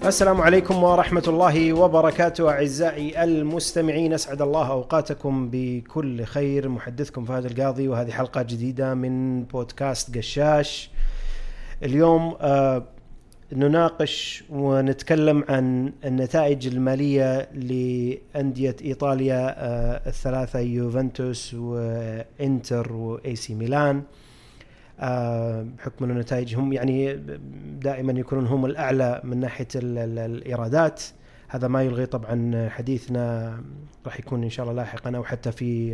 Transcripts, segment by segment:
السلام عليكم ورحمة الله وبركاته أعزائي المستمعين، أسعد الله أوقاتكم بكل خير. محدثكم فهد القاضي، وهذه حلقة جديدة من بودكاست قشاش. اليوم نناقش ونتكلم عن النتائج المالية لأندية إيطاليا الثلاثة، يوفنتوس وإنتر وإي سي ميلان، بحكم أن نتائجهم يعني دائما يكونون هم الأعلى من ناحية الإيرادات. هذا ما يلغي طبعا حديثنا راح يكون إن شاء الله لاحقا، أو حتى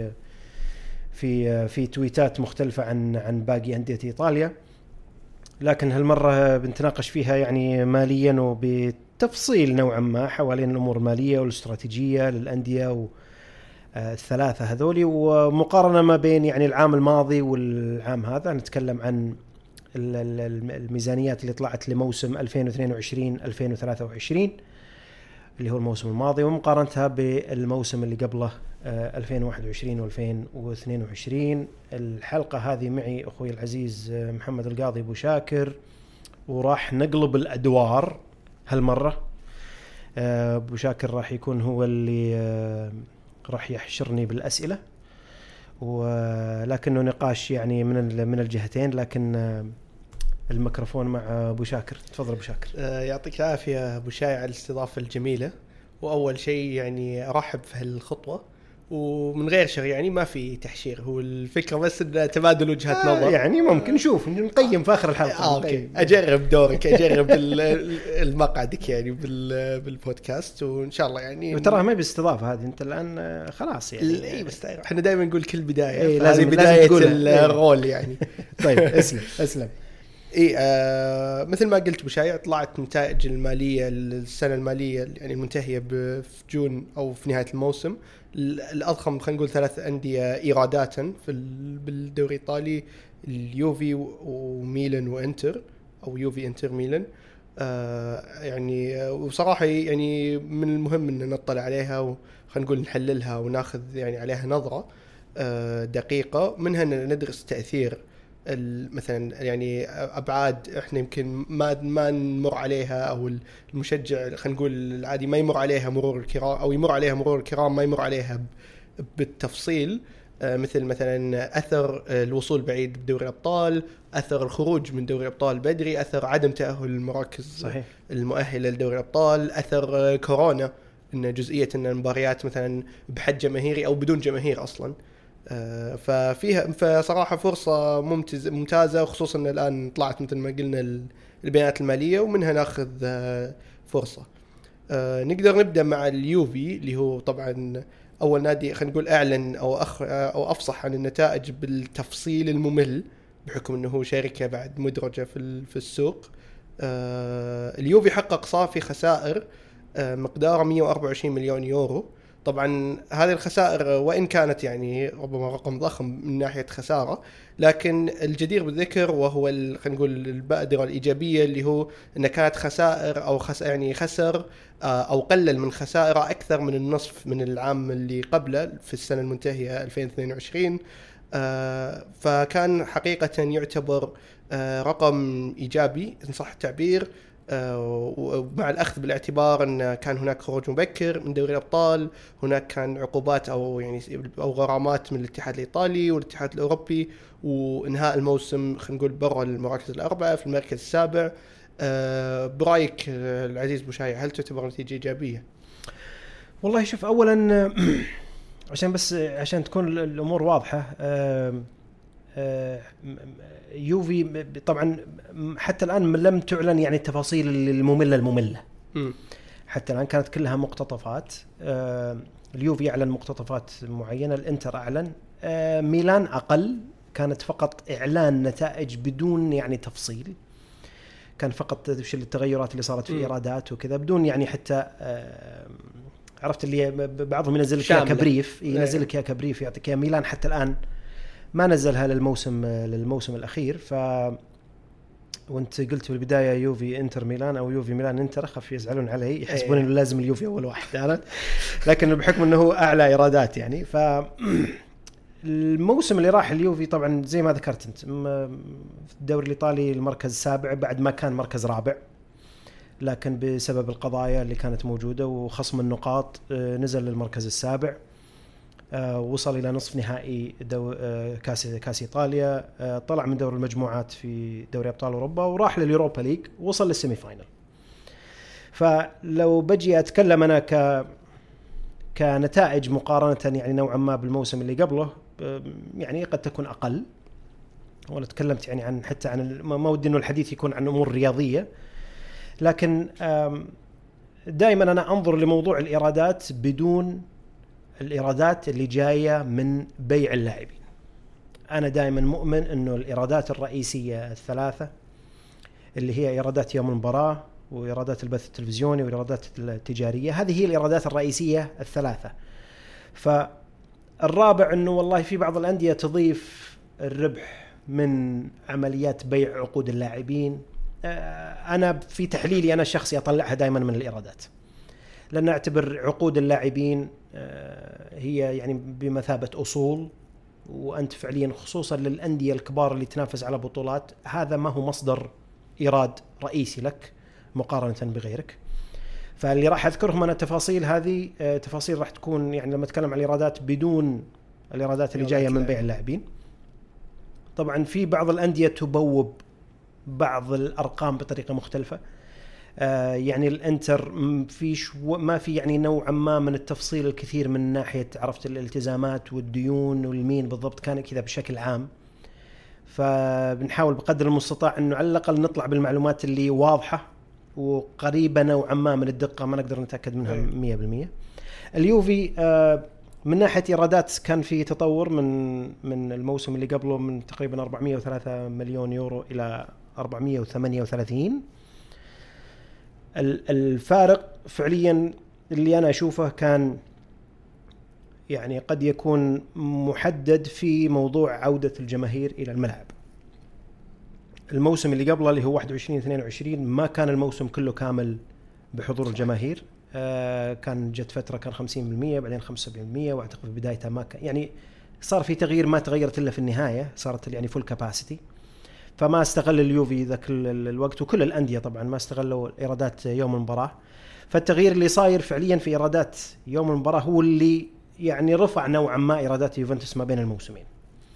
في تويتات مختلفة عن باقي أندية إيطاليا، لكن هالمرة بنتناقش فيها يعني ماليا وبتفصيل نوعا ما حوالين الأمور المالية والاستراتيجية للأندية الثلاثة هذولي، ومقارنة ما بين يعني العام الماضي والعام هذا. نتكلم عن الميزانيات اللي طلعت لموسم 2022-2023 اللي هو الموسم الماضي، ومقارنتها بالموسم اللي قبله 2021 و2022. الحلقة هذه معي أخوي العزيز محمد القاضي أبو شاكر، وراح نقلب الأدوار هالمرة. أبو شاكر راح يكون هو اللي راح يحشرني بالأسئلة، ولكنه نقاش يعني من الجهتين، لكن الميكروفون مع أبو شاكر. تفضل أبو شاكر. يعطيك العافية أبو شاي على الاستضافة الجميلة. وأول شيء يعني أرحب في هالخطوة، ومن غير شر يعني ما في تحشير، هو الفكرة بس إن تبادل وجهات نظر. يعني ممكن نشوف نقيم في آخر الحلقة. أوكي. أجرب دورك، أجرب المقعدك يعني بالبودكاست، وإن شاء الله يعني. وترى ما باستضافة هذه أنت الآن خلاص يعني. إيه بس إحنا دائما نقول كل بداية. إيه لازم بداية الرول يعني. طيب اسلم. إيه مثل ما قلت بشايع، طلعت نتائج المالية السنة المالية يعني المنتهية في جون أو في نهاية الموسم. الأضخم خلينا نقول ثلاث أندية إيراداتا بالدوري الإيطالي، اليوفي وميلان وإنتر، أو يوفي إنتر ميلان. يعني وصراحة يعني من المهم أن نطلع عليها وخلينا نقول نحللها وناخذ يعني عليها نظرة دقيقة، منها أن ندرس تأثير مثلا يعني أبعاد إحنا يمكن ما نمر عليها، أو المشجع خلينا نقول العادي ما يمر عليها مرور الكرام، أو يمر عليها مرور الكرام ما يمر عليها بالتفصيل. مثلا أثر الوصول بعيد بدوري الأبطال، أثر الخروج من دوري الأبطال بدري، أثر عدم تأهل المراكز المؤهلة لدوري الأبطال، أثر كورونا، إن جزئية إن المباريات مثلا بحد جماهيري أو بدون جماهير أصلا. ففيها فصراحة فرصة ممتازة، وخصوصا أن الآن طلعت مثل ما قلنا البيانات المالية، ومنها ناخذ فرصة. نقدر نبدأ مع اليوفي اللي هو طبعا أول نادي خلينا نقول أعلن أو أفصح عن النتائج بالتفصيل الممل، بحكم أنه هو شركة بعد مدرجة في السوق. اليوفي حقق صافي خسائر مقداره 124 مليون يورو. طبعا هذه الخسائر وإن كانت يعني ربما رقم ضخم من ناحية خسارة، لكن الجدير بالذكر وهو خلينا نقول البادرة الإيجابية، اللي هو أن كانت خسائر أو يعني خسر أو قلل من خسائر أكثر من النصف من العام اللي قبله في السنة المنتهية 2022. فكان حقيقة يعتبر رقم إيجابي إن صح التعبير، ومع الأخذ بالاعتبار أن كان هناك خروج مبكر من دوري الأبطال، هناك كان عقوبات أو غرامات من الاتحاد الإيطالي والاتحاد الأوروبي، وإنهاء الموسم خلينا نقول برا المراكز الأربعة في المركز السابع. برأيك العزيز بوشاي، هل تعتبر نتيجة إيجابية؟ والله شوف، أولا عشان تكون الأمور واضحة، يوفي طبعا حتى الآن لم تعلن يعني التفاصيل المملة. حتى الآن كانت كلها مقتطفات. اليوفي أعلن مقتطفات معينة، الإنتر أعلن، ميلان أقل، كانت فقط إعلان نتائج بدون يعني تفصيل، كان فقط التغيرات اللي صارت في إيرادات وكذا، بدون يعني حتى عرفت اللي بعضهم ينزل لك كبريف، ينزل لك كبريف يعطيك يا ميلان. حتى الآن ما نزلها للموسم الأخير. وانت قلت بالبداية يوفي انتر ميلان أو يوفي ميلان انتر، أخاف يزعلون علي يحسبون إنه لازم اليوفي أول واحد، لكن بحكم إنه هو أعلى إيرادات يعني. الموسم اللي راح اليوفي طبعا زي ما ذكرت انت، في الدوري الإيطالي المركز السابع بعد ما كان مركز رابع، لكن بسبب القضايا اللي كانت موجودة وخصم النقاط نزل للمركز السابع. وصل إلى نصف نهائي كاس إيطاليا، طلع من دور المجموعات في دوري أبطال أوروبا وراح لليوروبا ليج، وصل للسيمي فاينل. فلو بجي أتكلم أنا كنتائج مقارنة يعني نوعا ما بالموسم اللي قبله، يعني قد تكون أقل. وأنا تكلمت يعني عن حتى عن ما ودي إنه الحديث يكون عن أمور رياضية، لكن دائما أنا أنظر لموضوع الإيرادات بدون الإيرادات اللي جاية من بيع اللاعبين. أنا دائما مؤمن إنه الإيرادات الرئيسية الثلاثة اللي هي إيرادات يوم المباراة وإيرادات البث التلفزيوني وإيرادات التجارية، هذه هي الإيرادات الرئيسية الثلاثة. فالرابع إنه والله في بعض الأندية تضيف الربح من عمليات بيع عقود اللاعبين. أنا في تحليلي أنا الشخصي أطلعها دائما من الإيرادات، لأن أعتبر عقود اللاعبين هي يعني بمثابة أصول، وأنت فعليا خصوصا للأندية الكبار اللي تنافس على بطولات هذا ما هو مصدر إيراد رئيسي لك مقارنة بغيرك. فاللي راح أذكرهم أنا التفاصيل هذه تفاصيل راح تكون يعني لما أتكلم عن الإيرادات بدون الإيرادات اللي جاية من بيع اللاعبين. طبعا في بعض الأندية تبوب بعض الأرقام بطريقة مختلفة. يعني الانتر ما في يعني نوعا ما من التفصيل الكثير من ناحية عرفت الالتزامات والديون والمين بالضبط، كان كذا بشكل عام. فبنحاول بقدر المستطاع انه على الاقل نطلع بالمعلومات اللي واضحة وقريبة نوعا ما من الدقة، ما نقدر نتأكد منها 100%. اليوفي من ناحية إيرادات كان في تطور من الموسم اللي قبله، من تقريبا 403 مليون يورو إلى 438. الفارق فعليا اللي أنا أشوفه كان يعني قد يكون محدد في موضوع عودة الجماهير إلى الملعب. الموسم اللي قبله اللي هو 21-22 ما كان الموسم كله كامل بحضور الجماهير. كان جت فترة كان 50% بعدين 75%، واعتقد في بدايتها ما كان يعني صار في تغيير، ما تغيرت إلا في النهاية صارت يعني فول كاباسيتي. فما استغل اليوفي ذاك الوقت، وكل الأندية طبعا ما استغلوا إيرادات يوم المباراة. فالتغيير اللي صاير فعليا في إيرادات يوم المباراة هو اللي يعني رفع نوعا ما إيرادات يوفنتوس ما بين الموسمين.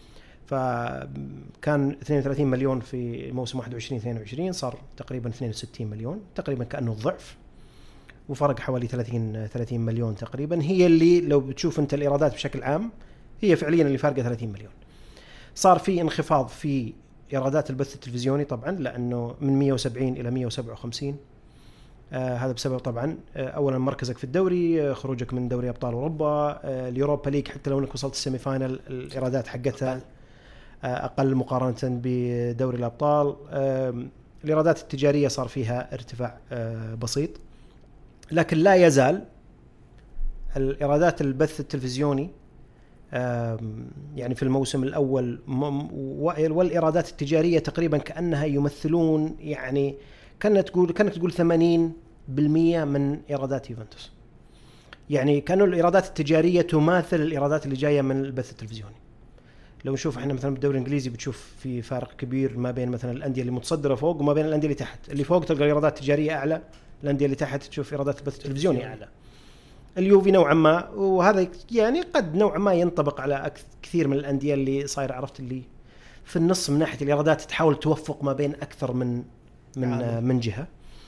فكان 32 مليون في موسم 21-22 صار تقريبا 62 مليون، تقريبا كأنه الضعف، وفرق حوالي 30 مليون تقريبا. هي اللي لو بتشوف انت الإيرادات بشكل عام هي فعليا اللي فارقة 30 مليون. صار في انخفاض في إيرادات البث التلفزيوني طبعا، لأنه من 170 إلى 157. هذا بسبب طبعا أولا مركزك في الدوري، خروجك من دوري أبطال أوروبا، اليوروبا ليج حتى لو أنك وصلت السيمي فاينل الإيرادات حقتها أقل مقارنة بدوري الأبطال. الإيرادات التجارية صار فيها ارتفاع بسيط، لكن لا يزال الإيرادات البث التلفزيوني يعني في الموسم الأول والإيرادات التجارية تقريبا كأنها يمثلون يعني كانت تقول 80% من إيرادات يوفنتوس. يعني كانوا الإيرادات التجارية تماثل الإيرادات اللي جاية من البث التلفزيوني. لو نشوف احنا مثلا بالدوري الإنجليزي بتشوف في فارق كبير ما بين مثلا الأندية اللي متصدرة فوق وما بين الأندية اللي تحت. اللي فوق تلقى إيرادات تجارية أعلى، الأندية اللي تحت تشوف إيرادات البث التلفزيوني أعلى. اليوفي نوعا ما، وهذا يعني قد نوعا ما ينطبق على كثير من الأندية اللي صاير عرفت اللي في النص من ناحية الإيرادات، تحاول توفق ما بين أكثر من جهة.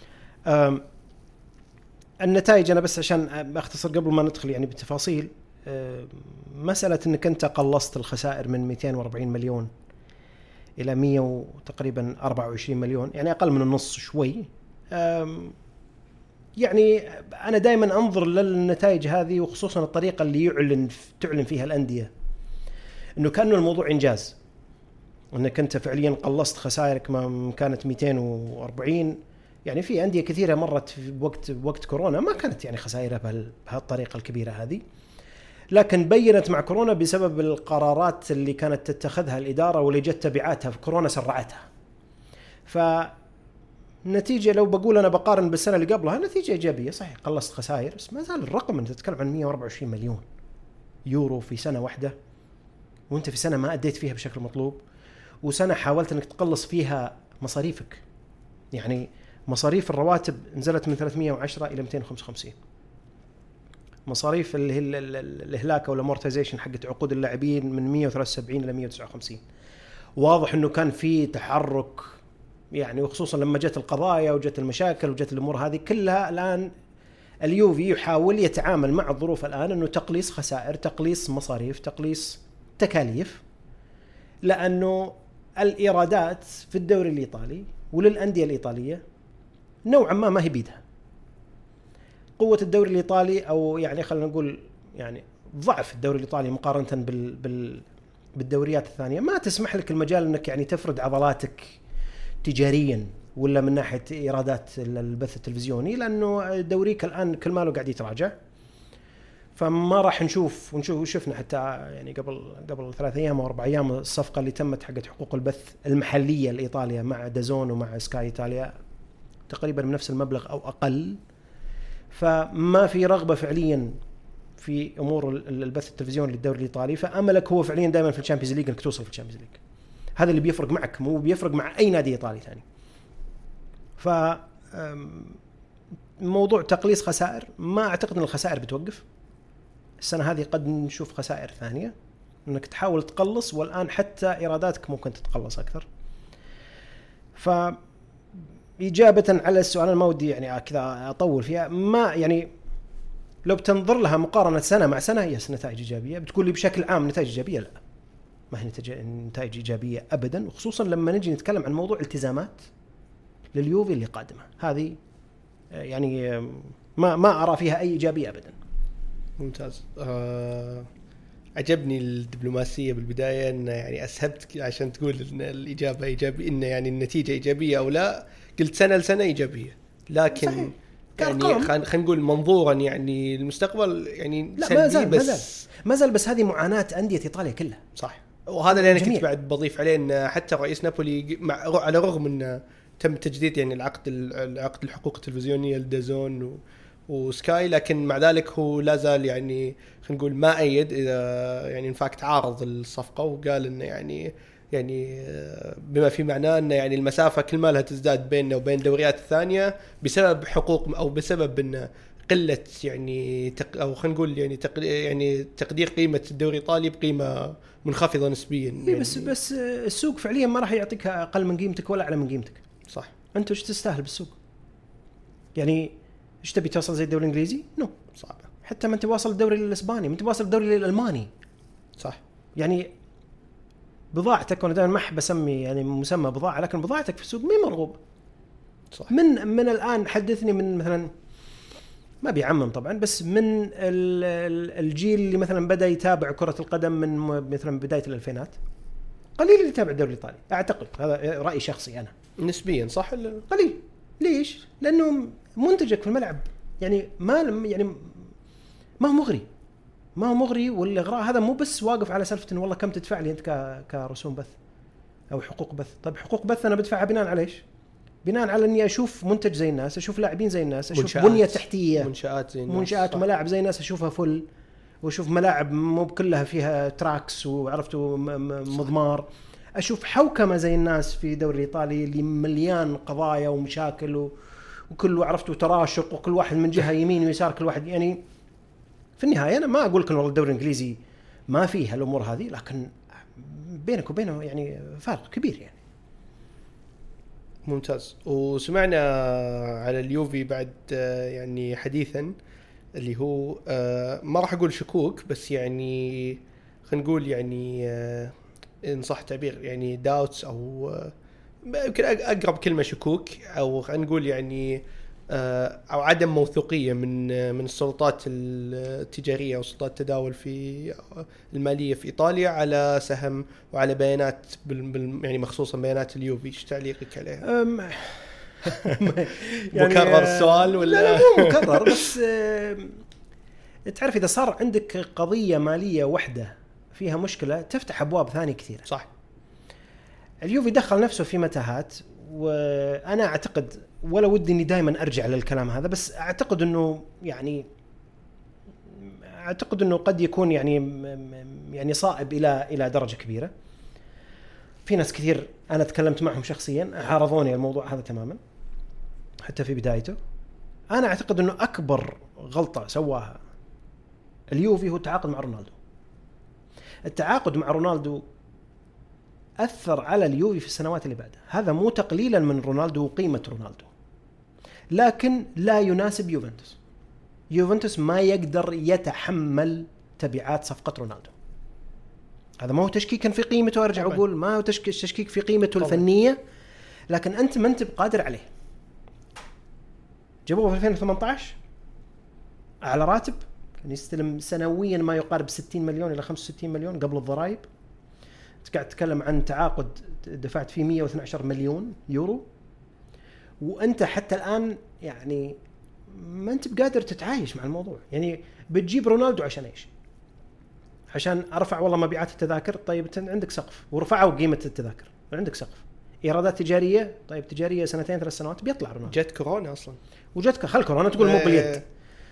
النتائج أنا بس عشان أختصر قبل ما ندخل يعني بالتفاصيل، مسألة أنك أنت قلصت الخسائر من 240 مليون إلى 100 تقريبا 24 مليون، يعني أقل من النص شوي. يعني أنا دائما أنظر للنتائج هذه، وخصوصا الطريقة اللي تعلن فيها الأندية، أنه كأنه الموضوع إنجاز، أنك أنت فعليا قلصت خسائرك ما كانت 240. يعني في أندية كثيرة مرت في وقت كورونا ما كانت يعني خسائرها بهالطريقة الكبيرة هذه، لكن بينت مع كورونا بسبب القرارات اللي كانت تتخذها الإدارة واللي جت تبعاتها في كورونا سرعتها. فنتيجة لو بقول أنا بقارن بالسنة اللي قبلها نتيجة إيجابية، صحيح قلصت خسائر بس ما زال الرقم أنت تتكلم عن 124 مليون يورو في سنة واحدة، وأنت في سنة ما أديت فيها بشكل مطلوب، وسنة حاولت أنك تقلص فيها مصاريفك. يعني مصاريف الرواتب نزلت من 310 إلى 255. مصاريف اللي هي الإهلاك أو الامورتيزيشن حقت عقود اللاعبين من 173 إلى 159. واضح إنه كان في تحرك يعني، وخصوصا لما جت القضايا وجت المشاكل وجت الأمور هذه كلها. الآن اليوفي يحاول يتعامل مع الظروف الآن إنه تقليص خسائر، تقليص مصاريف، تقليص تكاليف، لأنه الإيرادات في الدوري الإيطالي وللأندية الإيطالية نوعا ما هي بيدها. قوة الدوري الإيطالي أو يعني خلينا نقول يعني ضعف الدوري الإيطالي مقارنة بالدوريات الثانية ما تسمح لك المجال أنك يعني تفرد عضلاتك تجاريا ولا من ناحية إيرادات البث التلفزيوني، لأنه دوريك الآن كل ماله قاعد يتراجع. فما راح نشوف وشفنا حتى يعني قبل 3 أيام أو 4 أيام الصفقة اللي تمت حقت حقوق البث المحلية لإيطاليا مع دازون ومع سكاي إيطاليا تقريبا بنفس المبلغ أو أقل. فما في رغبة فعليا في أمور البث التلفزيوني للدوري الإيطالي. فأملك هو فعليا دائما في الشامبيونز ليج أنك توصل في الشامبيونز ليج. هذا اللي بيفرق معك، مو بيفرق مع أي نادي إيطالي ثاني. موضوع تقليص خسائر ما أعتقد أن الخسائر بتوقف السنة هذه. قد نشوف خسائر ثانية أنك تحاول تقلص، والآن حتى إيراداتك ممكن تتقلص أكثر. إجابة على السؤال ما ودي يعني كذا أطول فيها، ما يعني لو بتنظر لها مقارنة سنة مع سنة هي نتائج إيجابية. بتقول لي بشكل عام نتائج إيجابية؟ لا، ما هي نتائج إيجابية أبدا، وخصوصا لما نجي نتكلم عن موضوع التزامات لليوفي اللي قادمة هذه يعني ما أرى فيها أي إيجابية أبدا. ممتاز. عجبني الدبلوماسية بالبداية، إن يعني أسهبت عشان تقول إن الإجابة إيجابية، إن يعني النتيجة إيجابية أو لا. قلت سنة لسنة إيجابية، لكن صحيح. يعني خلينا نقول منظورا يعني المستقبل يعني لا ما زال بس هذه معاناة أندية إيطاليا كلها. صح. وهذا اللي أنا كنت بعد بضيف عليه، إن حتى رئيس نابولي على رغم إن تم تجديد يعني العقد الحقوق التلفزيونية لدازون وسكاي، لكن مع ذلك هو لا زال يعني خلينا نقول ما أيد إذا يعني إن فاكت عارض الصفقة، وقال إنه يعني بما في معناه إنه يعني المسافة كل ما لها تزداد بيننا وبين الدوريات الثانية بسبب حقوق أو بسبب إن قلة يعني أو خلينا نقول يعني تقدير قيمة الدوري الإيطالي بقيمة منخفضة نسبيا. يعني بس السوق فعليا ما راح يعطيك أقل من قيمتك ولا أعلى من قيمتك. صح. أنت وش تستاهل بالسوق؟ يعني إيش تبي توصل زي الدوري الإنجليزي؟ صعبة. حتى ما أنت واصل الدوري الإسباني، ما أنت واصل الدوري الألماني. صح. يعني بضاعتك، وأنا دائما ما أحب أسمي يعني مسمى بضاعة، لكن بضاعتك في السوق ما مرغوب. صح. من الآن حدثني من مثلا، ما بيعمم طبعا، بس من الجيل اللي مثلا بدأ يتابع كرة القدم من مثلا بداية الألفينات، قليل اللي يتابع الدوري الإيطالي أعتقد. هذا رأي شخصي أنا نسبيا. صح. قليل. ليش؟ لأنه منتجك في الملعب يعني ما هو مغري، والإغراء هذا مو بس واقف على سالفة إنه والله كم تدفع لي أنت كرسوم بث أو حقوق بث. طب حقوق بث أنا بدفعها بناء على إيش؟ بناء على إني أشوف منتج زي الناس، أشوف لاعبين زي الناس، أشوف بنية تحتية، منشآت وملاعب زي الناس، أشوفها فل، وأشوف ملاعب مو كلها فيها تراكس وعرفتوا مضمار، أشوف حوكمة زي الناس في دوري الإيطالي اللي مليان قضايا ومشاكل وكله عرفتوا تراشق، وكل واحد من جهة يمين ويسار، كل واحد يعني. في النهاية أنا ما أقول لكم والله الدوري الإنجليزي ما فيه الأمور هذه، لكن بينك وبينه يعني فارق كبير يعني. ممتاز. وسمعنا على اليوفي بعد يعني حديثا اللي هو ما راح أقول شكوك، بس يعني خلينا نقول يعني إن صح التعبير يعني داوتس أو يمكن أقرب كلمة شكوك، أو خلينا نقول يعني أو عدم موثوقية من السلطات التجارية أو سلطات التداول في المالية في إيطاليا على سهم وعلى بيانات يعني مخصوصا بيانات اليوفي. إيش تعليقك عليها؟ يعني مكرر السؤال ولا؟ لا مو مكرر، بس تعرف إذا صار عندك قضية مالية واحدة فيها مشكلة تفتح أبواب ثانية كثيرة. صح. اليوفي دخل نفسه في متاهات، وأنا أعتقد ولا ودي إني دائما أرجع للكلام هذا، بس أعتقد إنه قد يكون يعني صائب إلى درجة كبيرة. في ناس كثير أنا تكلمت معهم شخصيا عارضوني الموضوع هذا تماما. حتى في بدايته. انا اعتقد انه اكبر غلطه سواها اليوفي هو التعاقد مع رونالدو. التعاقد مع رونالدو اثر على اليوفي في السنوات اللي بعدها. هذا مو تقليلا من رونالدو وقيمه رونالدو، لكن لا يناسب يوفنتوس. يوفنتوس ما يقدر يتحمل تبعات صفقه رونالدو. هذا ما هو تشكيكا في قيمته، ارجع اقول ما هو تشكيك في قيمته الفنيه، لكن انت ما انت بقادر عليه. جابوه في 2018 على راتب كان يستلم سنويا ما يقارب 60 مليون الى 65 مليون قبل الضرائب. قاعد تتكلم عن تعاقد دفعت فيه 112 مليون يورو، وانت حتى الان يعني ما انت بقادر تتعايش مع الموضوع. يعني بتجيب رونالدو عشان ايش؟ عشان ارفع والله مبيعات التذاكر. طيب انت عندك سقف ورفعوا قيمه التذاكر وعندك سقف. ايرادات تجاريه، طيب تجاريه 2-3 سنوات بيطلع رونالدو. جت كورونا اصلا، وجتك خل كورونا تقول مو باليد.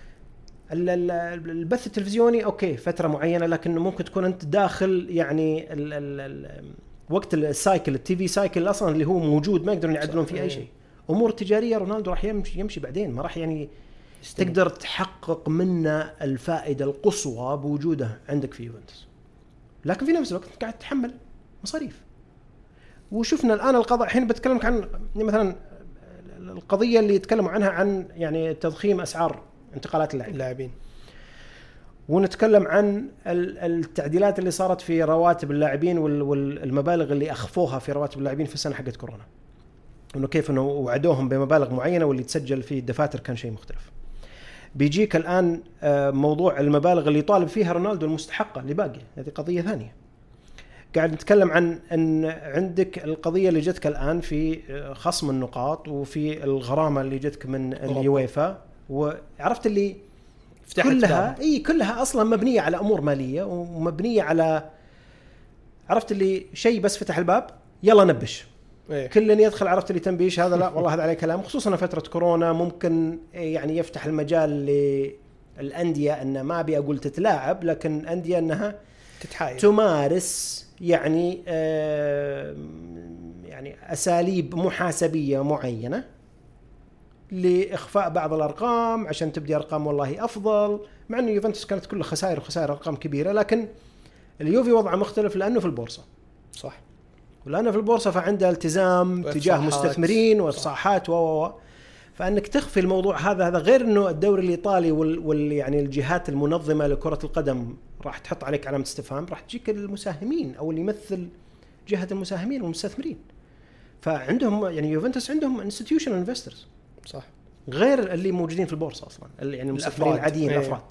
البث التلفزيوني اوكي فتره معينه، لكن ممكن تكون انت داخل يعني وقت السايكل التي في سايكل اصلا اللي هو موجود ما يقدرون يعدلون فيه اي شيء. امور تجاريه رونالدو راح يمشي بعدين، ما راح يعني تقدر تحقق منه الفائده القصوى بوجوده عندك في يوفنتوس، لكن في نفس الوقت قاعد تتحمل مصاريف. وشفنا الان القضاء الحين بتكلمك عن مثلا القضيه اللي يتكلموا عنها عن يعني تضخيم اسعار انتقالات اللاعبين، ونتكلم عن التعديلات اللي صارت في رواتب اللاعبين والمبالغ اللي اخفوها في رواتب اللاعبين في السنه حقت كورونا، انه كيف انه وعدوهم بمبالغ معينه واللي تسجل في الدفاتر كان شيء مختلف. بيجيك الان موضوع المبالغ اللي يطالب فيها رونالدو المستحقه اللي باقي، هذه قضيه ثانيه. قاعد نتكلم عن ان عندك القضيه اللي جتك الان في خصم النقاط وفي الغرامه اللي جتك من اليويفا، وعرفت اللي كلها اصلا مبنيه على امور ماليه ومبنيه على عرفت اللي شيء بس فتح الباب يلا نبش كلن يدخل. عرفت اللي تنبيش هذا لا والله هذا عليه كلام، خصوصا فتره كورونا ممكن يعني يفتح المجال للانديه ان ما ابي اقول تتلاعب، لكن انديه انها تمارس يعني يعني اساليب محاسبيه معينه لاخفاء بعض الارقام عشان تبدي ارقام والله افضل، مع انه يوفنتوس كانت كلها خسائر ارقام كبيره، لكن اليوفي وضعه مختلف لانه في البورصه. صح، ولانه في البورصه فعنده التزام تجاه مستثمرين وافصاحات فانك تخفي الموضوع هذا غير انه الدوري الايطالي يعني الجهات المنظمه لكره القدم راح تحط عليك علامه استفهام، راح تجيك المساهمين او اللي يمثل جهه المساهمين والمستثمرين. فعندهم يعني يوفنتوس عندهم institutional investors، صح، غير اللي موجودين في البورصه اصلا يعني المستثمرين العاديين الافراد.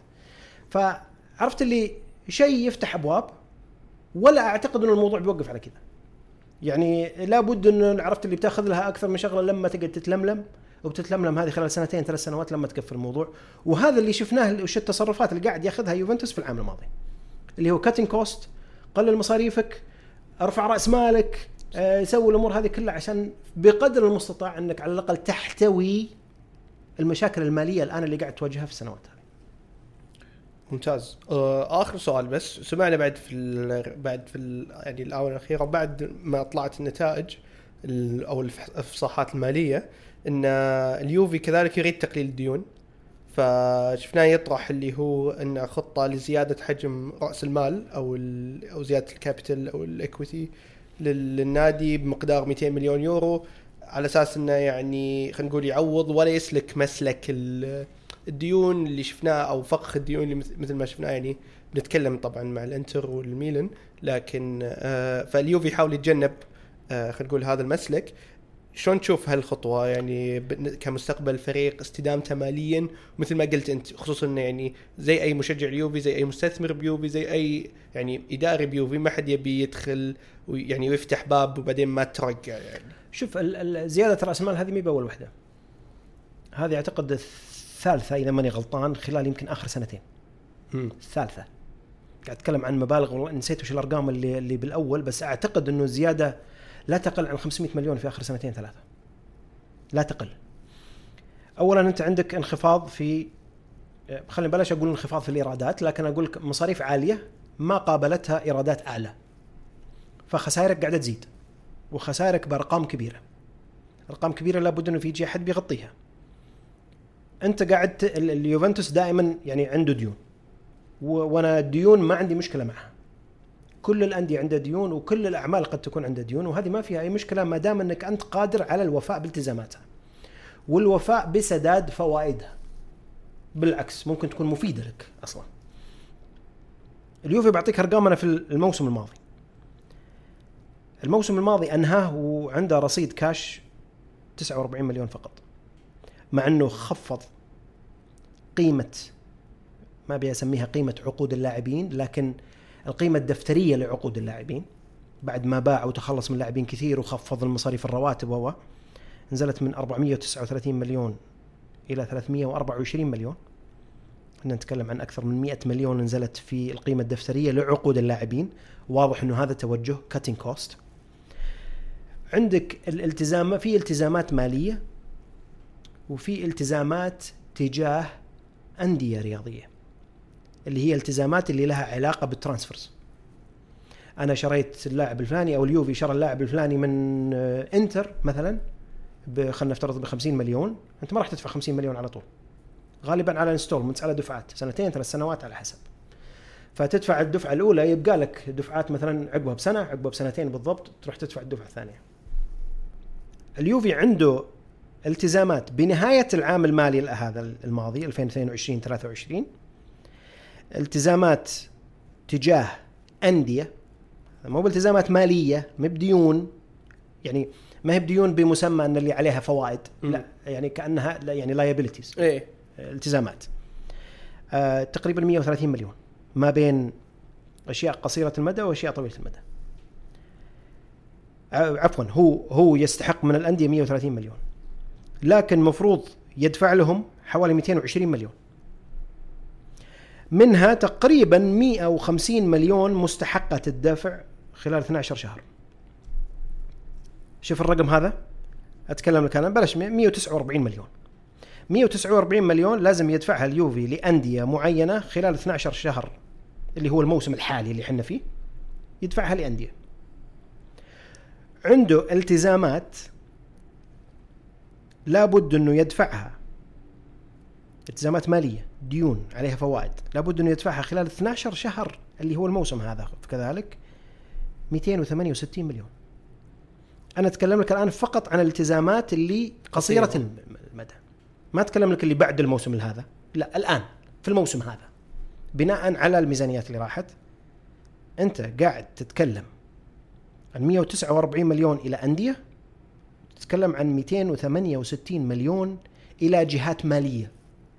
فعرفت اللي شيء يفتح ابواب، ولا اعتقد ان الموضوع بيوقف على كذا. يعني لابد ان عرفت اللي بتاخذ لها اكثر من شغله لما تقعد تتلملم، وبتتلملم هذه خلال 2-3 سنوات لما تكفر الموضوع. وهذا اللي شفناه وش التصرفات اللي قاعد ياخذها يوفنتوس في العام الماضي، اللي هو كاتين كوست، قلل مصاريفك، ارفع راس مالك، سوي الامور هذه كلها عشان بقدر المستطاع انك على الاقل تحتوي المشاكل الماليه الان اللي قاعد تواجهها في السنوات هذه. ممتاز. اخر سؤال بس، سمعنا بعد في يعني الاونه الاخيره بعد ما طلعت النتائج او الافصاحات الماليه ان اليوفي كذلك يريد تقليل الديون، فشفناه يطرح اللي هو ان خطه لزياده حجم راس المال او زياده الكابيتال او الايكويتي للنادي بمقدار 200 مليون يورو، على اساس انه يعني خلينا نقول يعوض ولا يسلك مسلك الديون اللي شفناه او فقخ الديون اللي مثل ما شفناه. يعني بنتكلم طبعا مع الانتر والميلان، لكن فاليوفي يحاول يتجنب خلينا نقول هذا المسلك. شلون تشوف هالخطوه يعني كمستقبل الفريق استدامته ماليا؟ مثل ما قلت انت، خصوصا يعني زي اي مشجع اليوفي، زي اي مستثمر بيوفي، زي اي يعني اداري بيوفي، ما حد يبي يدخل ويعني ويفتح باب وبعدين ما ترجع. يعني شوف زياده راس المال هذه مي باول وحده، هذه اعتقد الثالثه اذا ماني غلطان خلال يمكن اخر سنتين. الثالثه قاعد اتكلم عن مبالغ، نسيت وش الارقام اللي بالاول، بس اعتقد انه زياده لا تقل عن 500 مليون في آخر 2-3 لا تقل. أولا أنت عندك انخفاض في، خلينا بلاش أقول انخفاض في الإيرادات، لكن أقول لك مصاريف عالية ما قابلتها إيرادات أعلى، فخسائرك قاعدة تزيد، وخسائرك بأرقام كبيرة. أرقام كبيرة لابد أنه في يجي أحد بيغطيها. انت قاعد اليوفنتوس دائما يعني عنده ديون، وانا الديون ما عندي مشكله معها. كل الانديه عندها ديون، وكل الاعمال قد تكون عندها ديون، وهذه ما فيها اي مشكله ما دام انك انت قادر على الوفاء بالتزاماتها والوفاء بسداد فوائدها. بالعكس ممكن تكون مفيده لك اصلا. اليوفي بعطيك ارقام. انا في الموسم الماضي انهاه وعنده رصيد كاش 49 مليون فقط، مع انه خفض قيمه، ما ابي اسميها قيمه عقود اللاعبين، لكن القيمه الدفتريه لعقود اللاعبين بعد ما باع وتخلص من لاعبين كثير وخفض المصاريف الرواتب نزلت من 439 مليون الى 324 مليون. احنا نتكلم عن اكثر من 100 مليون نزلت في القيمه الدفتريه لعقود اللاعبين. واضح انه هذا توجه كاتين كوست. عندك الالتزام، في التزامات ماليه وفي التزامات تجاه انديه رياضيه، اللي هي التزامات اللي لها علاقه بالترانسفيرز. انا شريت اللاعب الفلاني او اليوفي شرى اللاعب الفلاني من انتر مثلا خلينا نفترض ب50 مليون، انت ما راح تدفع 50 مليون على طول، غالبا على انستولمنتس، على دفعات، 2 3 سنوات على حسب. فتدفع الدفعه الاولى، يبقى لك دفعات مثلا عقبها بسنه، عقبها بسنتين بالضبط تروح تدفع الدفعه الثانيه. اليوفي عنده التزامات بنهايه العام المالي هذا الماضي 2022 23، التزامات تجاه انديه، مو بالتزامات ماليه، مبديون، يعني ما هي بديون بمسمى ان اللي عليها فوائد، لا يعني كانها يعني لايبيليتيز، التزامات تقريبا 130 مليون، ما بين اشياء قصيره المدى واشياء طويله المدى. عفوا هو يستحق من الانديه 130 مليون، لكن مفروض يدفع لهم حوالي 220 مليون، منها تقريبا 150 مليون مستحقة الدفع خلال 12 شهر. شوف الرقم هذا، أتكلم لك أنا بلاش 149 مليون. 149 مليون لازم يدفعها اليوفي لأندية معينة خلال 12 شهر اللي هو الموسم الحالي اللي حنا فيه، يدفعها لأندية. عنده التزامات لابد أنه يدفعها، التزامات مالية، ديون عليها فوائد، لابد أنه يدفعها خلال 12 شهر اللي هو الموسم هذا، كذلك 268 مليون. أنا أتكلم لك الآن فقط عن الالتزامات اللي قصيرة المدى، ما أتكلم لك اللي بعد الموسم هذا، لا الآن في الموسم هذا بناء على الميزانيات اللي راحت. أنت قاعد تتكلم عن 149 مليون إلى أندية، تتكلم عن 268 مليون إلى جهات مالية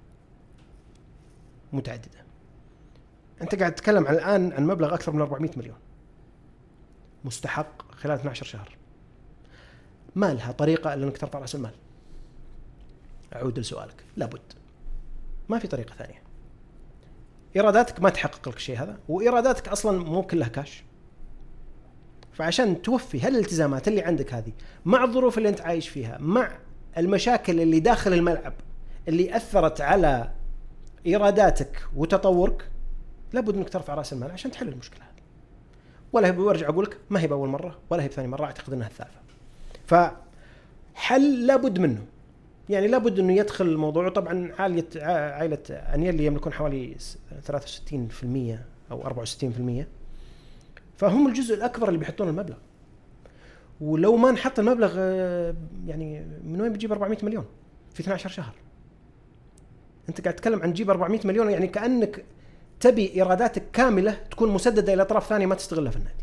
متعددة. أنت قاعد تتكلم عن الآن عن مبلغ أكثر من 400 مليون مستحق خلال 12 شهر. ما لها طريقة إلا أنك ترفع رأس المال. أعود لسؤالك، لابد، ما في طريقة ثانية. إيراداتك ما تحقق لك الشيء هذا، وإيراداتك أصلا مو كلها كاش. فعشان توفي هالالتزامات اللي عندك هذه مع الظروف اللي أنت عايش فيها، مع المشاكل اللي داخل الملعب اللي أثرت على إيراداتك وتطورك، لابد أنك ترفع رأس المال عشان تحل المشكلة هذه. ولا هي برجع أقولك ما هي بأول مرة ولا هي بثاني مرة، أعتقد أنها الثالثة. فحل لابد منه، يعني لابد أنه يدخل الموضوع. طبعا عائلة أنيلي يملكون حوالي 63% أو 64%، فهم الجزء الأكبر اللي بيحطون المبلغ. ولو ما نحط المبلغ يعني من وين بتجيب 400 مليون في 12 شهر؟ أنت قاعد تتكلم عن تجيب 400 مليون، يعني كأنك تبي إيراداتك كاملة تكون مسددة إلى أطراف ثانية ما تستغلها في النادي.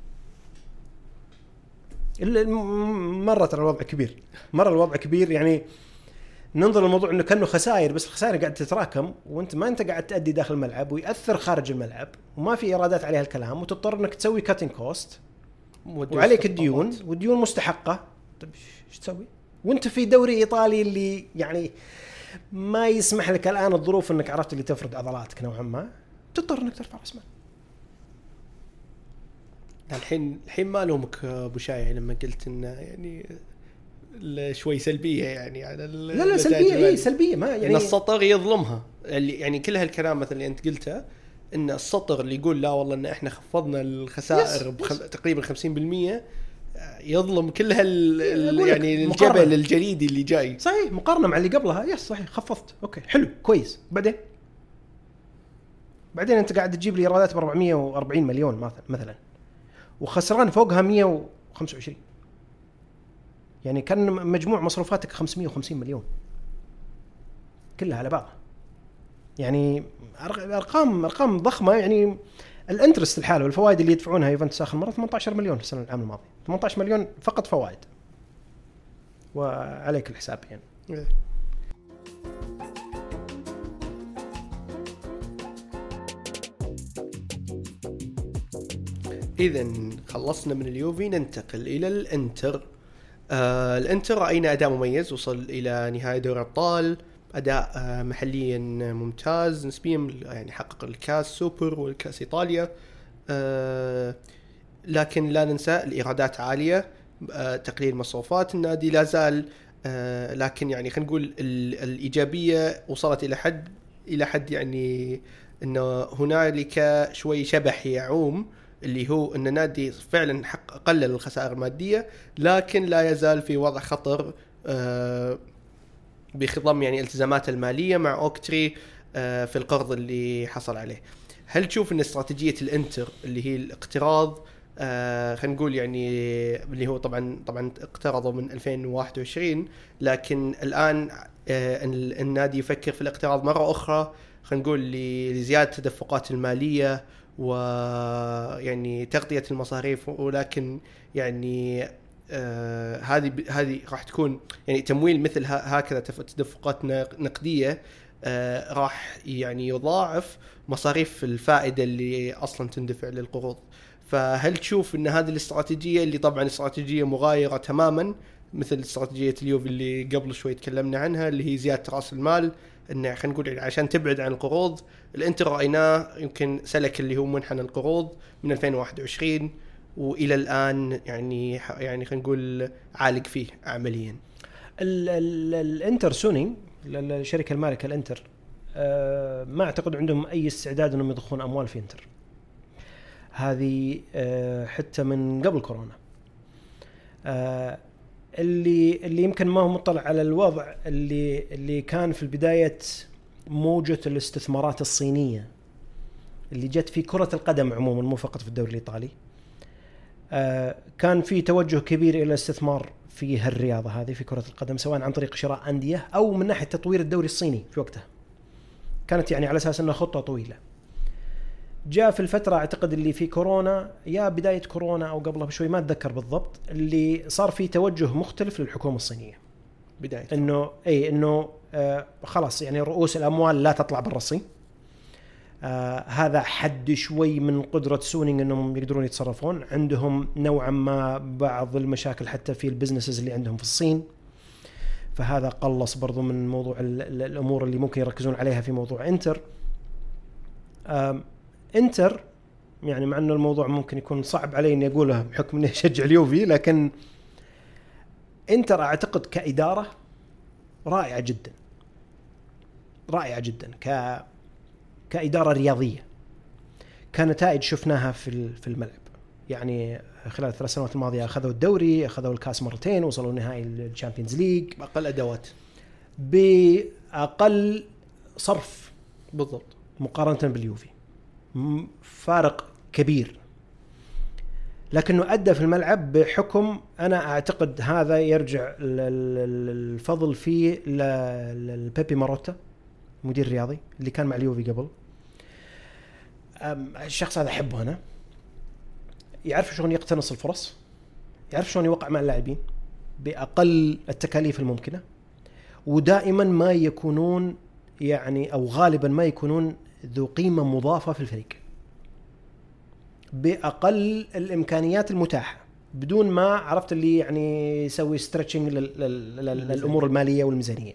مرة ترى الوضع كبير، مرة الوضع كبير. يعني ننظر الموضوع إنه كأنه خسائر، بس الخسائر قاعد تتراكم وأنت ما أنت قاعد تأدي داخل الملعب ويأثر خارج الملعب وما في إيرادات عليها الكلام، وتضطر إنك تسوي كاتين كوست وعليك الديون والديون مستحقة. طيب إيش تسوي وأنت في دوري إيطالي اللي يعني ما يسمح لك الآن الظروف إنك عرفت اللي تفرد عضلاتك نوعا ما، تضطر إنك ترفع رأس مال. الحين ما لومك أبو شايع لما قلت إنه يعني شوي سلبية يعني على لا سلبية، إيه سلبية، ما يعني إن السطر يظلمها اللي يعني كل هالكلام مثلا اللي أنت قلته، إن السطر اللي يقول لا والله إن إحنا خفضنا الخسائر تقريبا 50%، يظلم كل يعني الجبل الجليدي اللي جاي. صحيح مقارنه مع اللي قبلها يس صحيح خفضت اوكي حلو كويس. بعدين انت قاعد تجيب لي ايرادات ب 440 مليون مثلا وخسران فوقها 125 يعني كان مجموع مصروفاتك 550 مليون كلها على بعضها يعني ارقام ضخمه. يعني الانترست الحالي والفوائد اللي يدفعونها يوفنتوس اخر مره 18 مليون في السنه العام الماضي 18 مليون فقط فوائد وعليك الحساب يعني. إذن خلصنا من اليوفي ننتقل إلى الإنتر. الإنتر رأينا أداء مميز وصل إلى نهاية دوري الأبطال أداء محليا ممتاز نسبيا يعني حقق الكاس سوبر والكاس إيطاليا. لكن لا ننسى الإيرادات عالية تقليل مصروفات النادي لا زال لكن يعني خلينا نقول الإيجابية وصلت إلى حد يعني إنه هنالك شوي شبح يعوم اللي هو أن النادي فعلا قلل الخسائر المادية لكن لا يزال في وضع خطر بخضم يعني التزامات المالية مع أوكتري في القرض اللي حصل عليه. هل تشوف أن استراتيجية الإنتر اللي هي الاقتراض خلينا نقول يعني اللي هو طبعا اقترضوا من 2021 لكن الآن النادي يفكر في الاقتراض مرة أخرى خلينا نقول لزيادة التدفقات المالية ويعني تغطية المصاريف ولكن يعني هذه راح تكون يعني تمويل مثل هكذا تدفقات نقدية راح يعني يضاعف مصاريف الفائدة اللي أصلا تندفع للقروض. فهل تشوف أن هذه الاستراتيجية اللي طبعا استراتيجية مغايرة تماما مثل استراتيجية اليوفي اللي قبل شوي تكلمنا عنها اللي هي زيادة رأس المال إن خلينا نقول عشان تبعد عن القروض الإنتر رأيناه يمكن سلك اللي هو منحنى القروض من 2021 وإلى الآن يعني خلينا نقول عالق فيه عمليا. الإنتر سوني الشركة المالكة الإنتر ما أعتقد عندهم أي استعداد إنهم يضخون أموال في إنتر هذه حتى من قبل كورونا. اللي يمكن ما هو مطلع على الوضع اللي كان في البداية موجة الاستثمارات الصينية اللي جت في كرة القدم عموما مو فقط في الدوري الإيطالي. كان في توجه كبير إلى الاستثمار في هالرياضة هذه في كرة القدم سواء عن طريق شراء أندية أو من ناحية تطوير الدوري الصيني في وقتها كانت يعني على أساس أنها خطة طويلة. جاء في الفترة أعتقد اللي في كورونا يا بداية كورونا أو قبلها بشوي ما أتذكر بالضبط اللي صار في توجه مختلف للحكومة الصينية بداية إنه خلاص يعني رؤوس الأموال لا تطلع برا الصين. هذا حد شوي من قدرة سونينج إنهم يقدرون يتصرفون عندهم نوعا ما بعض المشاكل حتى في البزنسز اللي عندهم في الصين. فهذا قلص برضو من موضوع الأمور اللي ممكن يركزون عليها في موضوع إنتر يعني مع أنه الموضوع ممكن يكون صعب علي إني أقوله بحكم إني أشجع اليوفي لكن إنتر أعتقد كإدارة رائعة جدا كإدارة رياضية كنتائج شفناها في الملعب. يعني خلال 3 سنوات الماضية أخذوا الدوري أخذوا الكاس مرتين وصلوا نهائي الشامبيونز ليج بأقل أدوات بأقل صرف بالضبط مقارنة باليوفي فارق كبير لكنه أدى في الملعب بحكم أنا أعتقد هذا يرجع الفضل فيه للبيبي ماروتا مدير رياضي اللي كان مع اليوفي قبل. الشخص هذا أحبه أنا يعرف شلون يقتنص الفرص يعرف شلون يوقع مع اللاعبين بأقل التكاليف الممكنة ودائما ما يكونون يعني أو غالبا ما يكونون ذو قيمة مضافة في الفريق بأقل الإمكانيات المتاحة بدون ما عرفت اللي يعني يسوي ستريتشنج للأمور المالية والميزانية.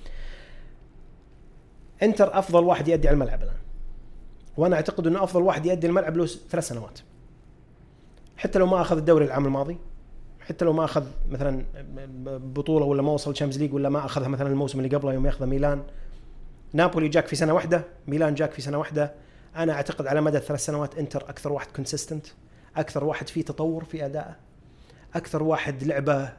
إنتر أفضل واحد يؤدي على الملعب الآن وأنا أعتقد أنه أفضل واحد يؤدي الملعب له 3 سنوات حتى لو ما أخذ الدوري العام الماضي حتى لو ما أخذ مثلا بطولة ولا ما وصل تشامبيونز ليج ولا ما أخذها مثلا الموسم اللي قبله يوم يأخذ ميلان. نابولي جاك في سنة واحدة ميلان جاك في سنة واحدة. أنا أعتقد على مدى 3 سنوات إنتر أكثر واحد كونسيستنت أكثر واحد فيه تطور في أدائه اكثر واحد لعبه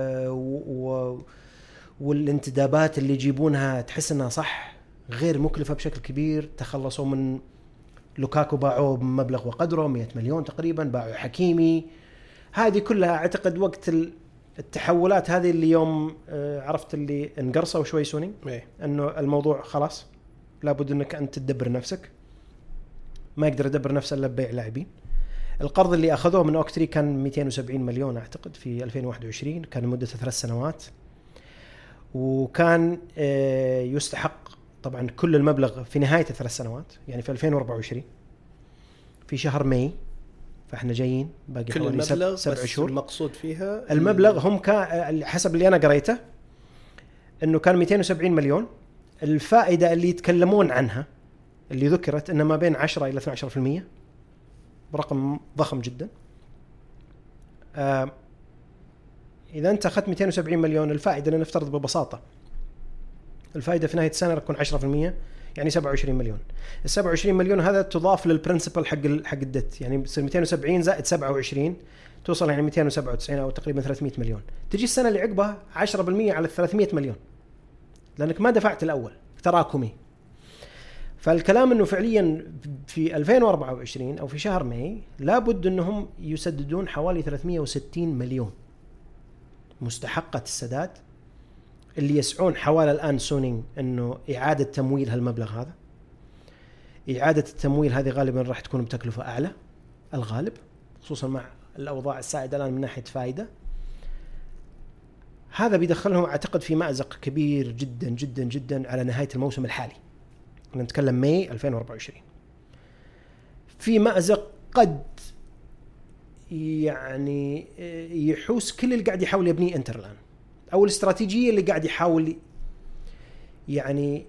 والانتدابات اللي يجيبونها تحس انها صح، غير مكلفه بشكل كبير. تخلصوا من لوكاكو، باعوه بمبلغ وقدره 100 مليون تقريبا، باعوا حكيمي. هذه كلها اعتقد وقت التحولات هذه اللي يوم عرفت اللي انقرصوا شوي سوني انه الموضوع خلاص لابد انك انت تدبر نفسك، ما يقدر يدبر نفسه الا ببيع لاعبين. القرض اللي اخذوه من اوكتري كان 270 مليون اعتقد في 2021، كان لمده 3 سنوات، وكان يستحق طبعا كل المبلغ في نهايه 3 سنوات، يعني في 2024 في شهر ماي، فاحنا جايين باقي حوالي 7 شهور. المقصود فيها المبلغ هم حسب اللي انا قريته انه كان 270 مليون. الفائده اللي يتكلمون عنها اللي ذكرت انه ما بين 10 الى 12%، برقم ضخم جدا. اذا انت اخذت 270 مليون، الفائده لنفترض ببساطه الفائده في نهايه السنه تكون 10%، يعني 27 مليون. ال 27 مليون هذا تضاف للبرنسبل حق الدت، يعني بتصير 270 زائد 27 توصل يعني 297 او تقريبا 300 مليون. تجي السنه اللي عقبها 10% على 300 مليون لانك ما دفعت الاول تراكمي. فالكلام انه فعليا في 2024 او في شهر ماي لابد انهم يسددون حوالي 360 مليون مستحقة السداد، اللي يسعون حوالي الآن سونينج أنه إعادة تمويل هالمبلغ هذا. إعادة التمويل هذه غالبا راح تكون بتكلفة أعلى الغالب، خصوصا مع الأوضاع السائدة الآن من ناحية فائدة. هذا بيدخلهم أعتقد في مأزق كبير جدا جدا جدا على نهاية الموسم الحالي، نتكلم ماي 2024. في مأزق قد يعني يحوس كل اللي قاعد يحاول يبنيه انتر الآن، أو الاستراتيجية اللي قاعد يحاول يعني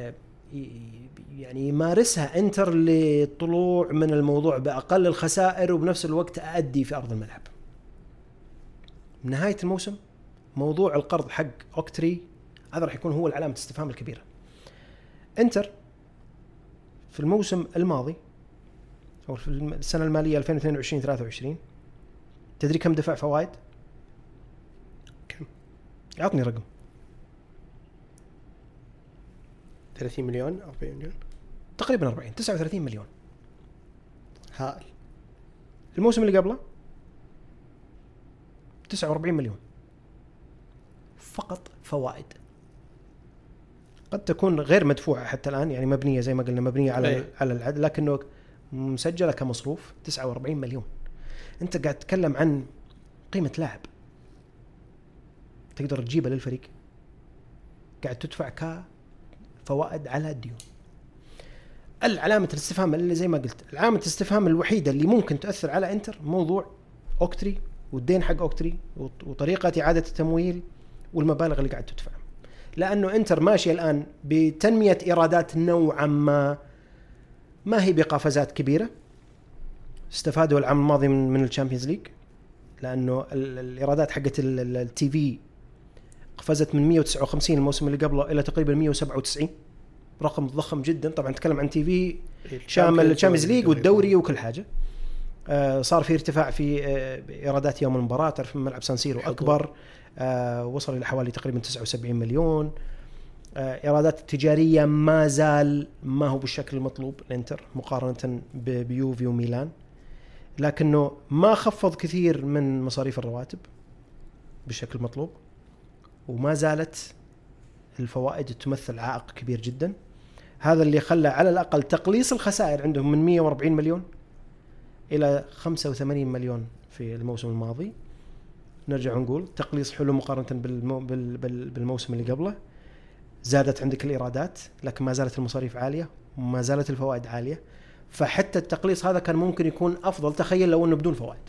يمارسها انتر للطلوع من الموضوع بأقل الخسائر وبنفس الوقت أؤدي في أرض الملعب. من نهاية الموسم موضوع القرض حق أوكتري هذا راح يكون هو العلامة استفهام الكبيرة. انتر في الموسم الماضي أو في السنة المالية 2022-23 تدري كم دفع فوائد؟ كم؟ أعطني رقم. 30 مليون 40 مليون تقريبا 40 39 مليون. هائل. الموسم اللي قبله 49 مليون فقط فوائد، قد تكون غير مدفوعة حتى الآن، يعني مبنية زي ما قلنا مبنية على العدد، لكنه مسجلة كمصروف 49 مليون. أنت قاعد تتكلم عن قيمة لاعب تقدر تجيبه للفريق، قاعد تدفع كفوائد على الديون. العلامة الاستفهام اللي زي ما قلت، العلامة الاستفهام الوحيدة اللي ممكن تأثر على انتر موضوع أوكتري والدين حق أوكتري وطريقة إعادة التمويل والمبالغ اللي قاعد تدفع، لأنه انتر ماشي الآن بتنمية إيرادات نوعا ما هي بقفزات كبيرة. استفادوا العام الماضي من الشامبيونز ليج، لأنه الإيرادات حقت التي في قفزت من 159 الموسم اللي قبله إلى تقريبا 197، رقم ضخم جدا. طبعا نتكلم عن تي في شامل الشامبيونز ليج والدوري وكل حاجة. صار في ارتفاع في إيرادات يوم المباراة، تعرف ملعب سانسيرو أكبر، وصل إلى حوالي تقريبا 79 مليون. إيرادات التجارية ما زال ما هو بالشكل المطلوب الانتر مقارنة بيوفي وميلان، لكنه ما خفض كثير من مصاريف الرواتب بالشكل المطلوب، وما زالت الفوائد تمثل عائق كبير جدا. هذا اللي خلى على الأقل تقليص الخسائر عندهم من 140 مليون إلى 85 مليون في الموسم الماضي. نرجع نقول تقليص حلو مقارنة بالموسم اللي قبله. زادت عندك الإيرادات لكن ما زالت المصاريف عالية وما زالت الفوائد عالية، فحتى التقليص هذا كان ممكن يكون أفضل. تخيل لو أنه بدون فوائد.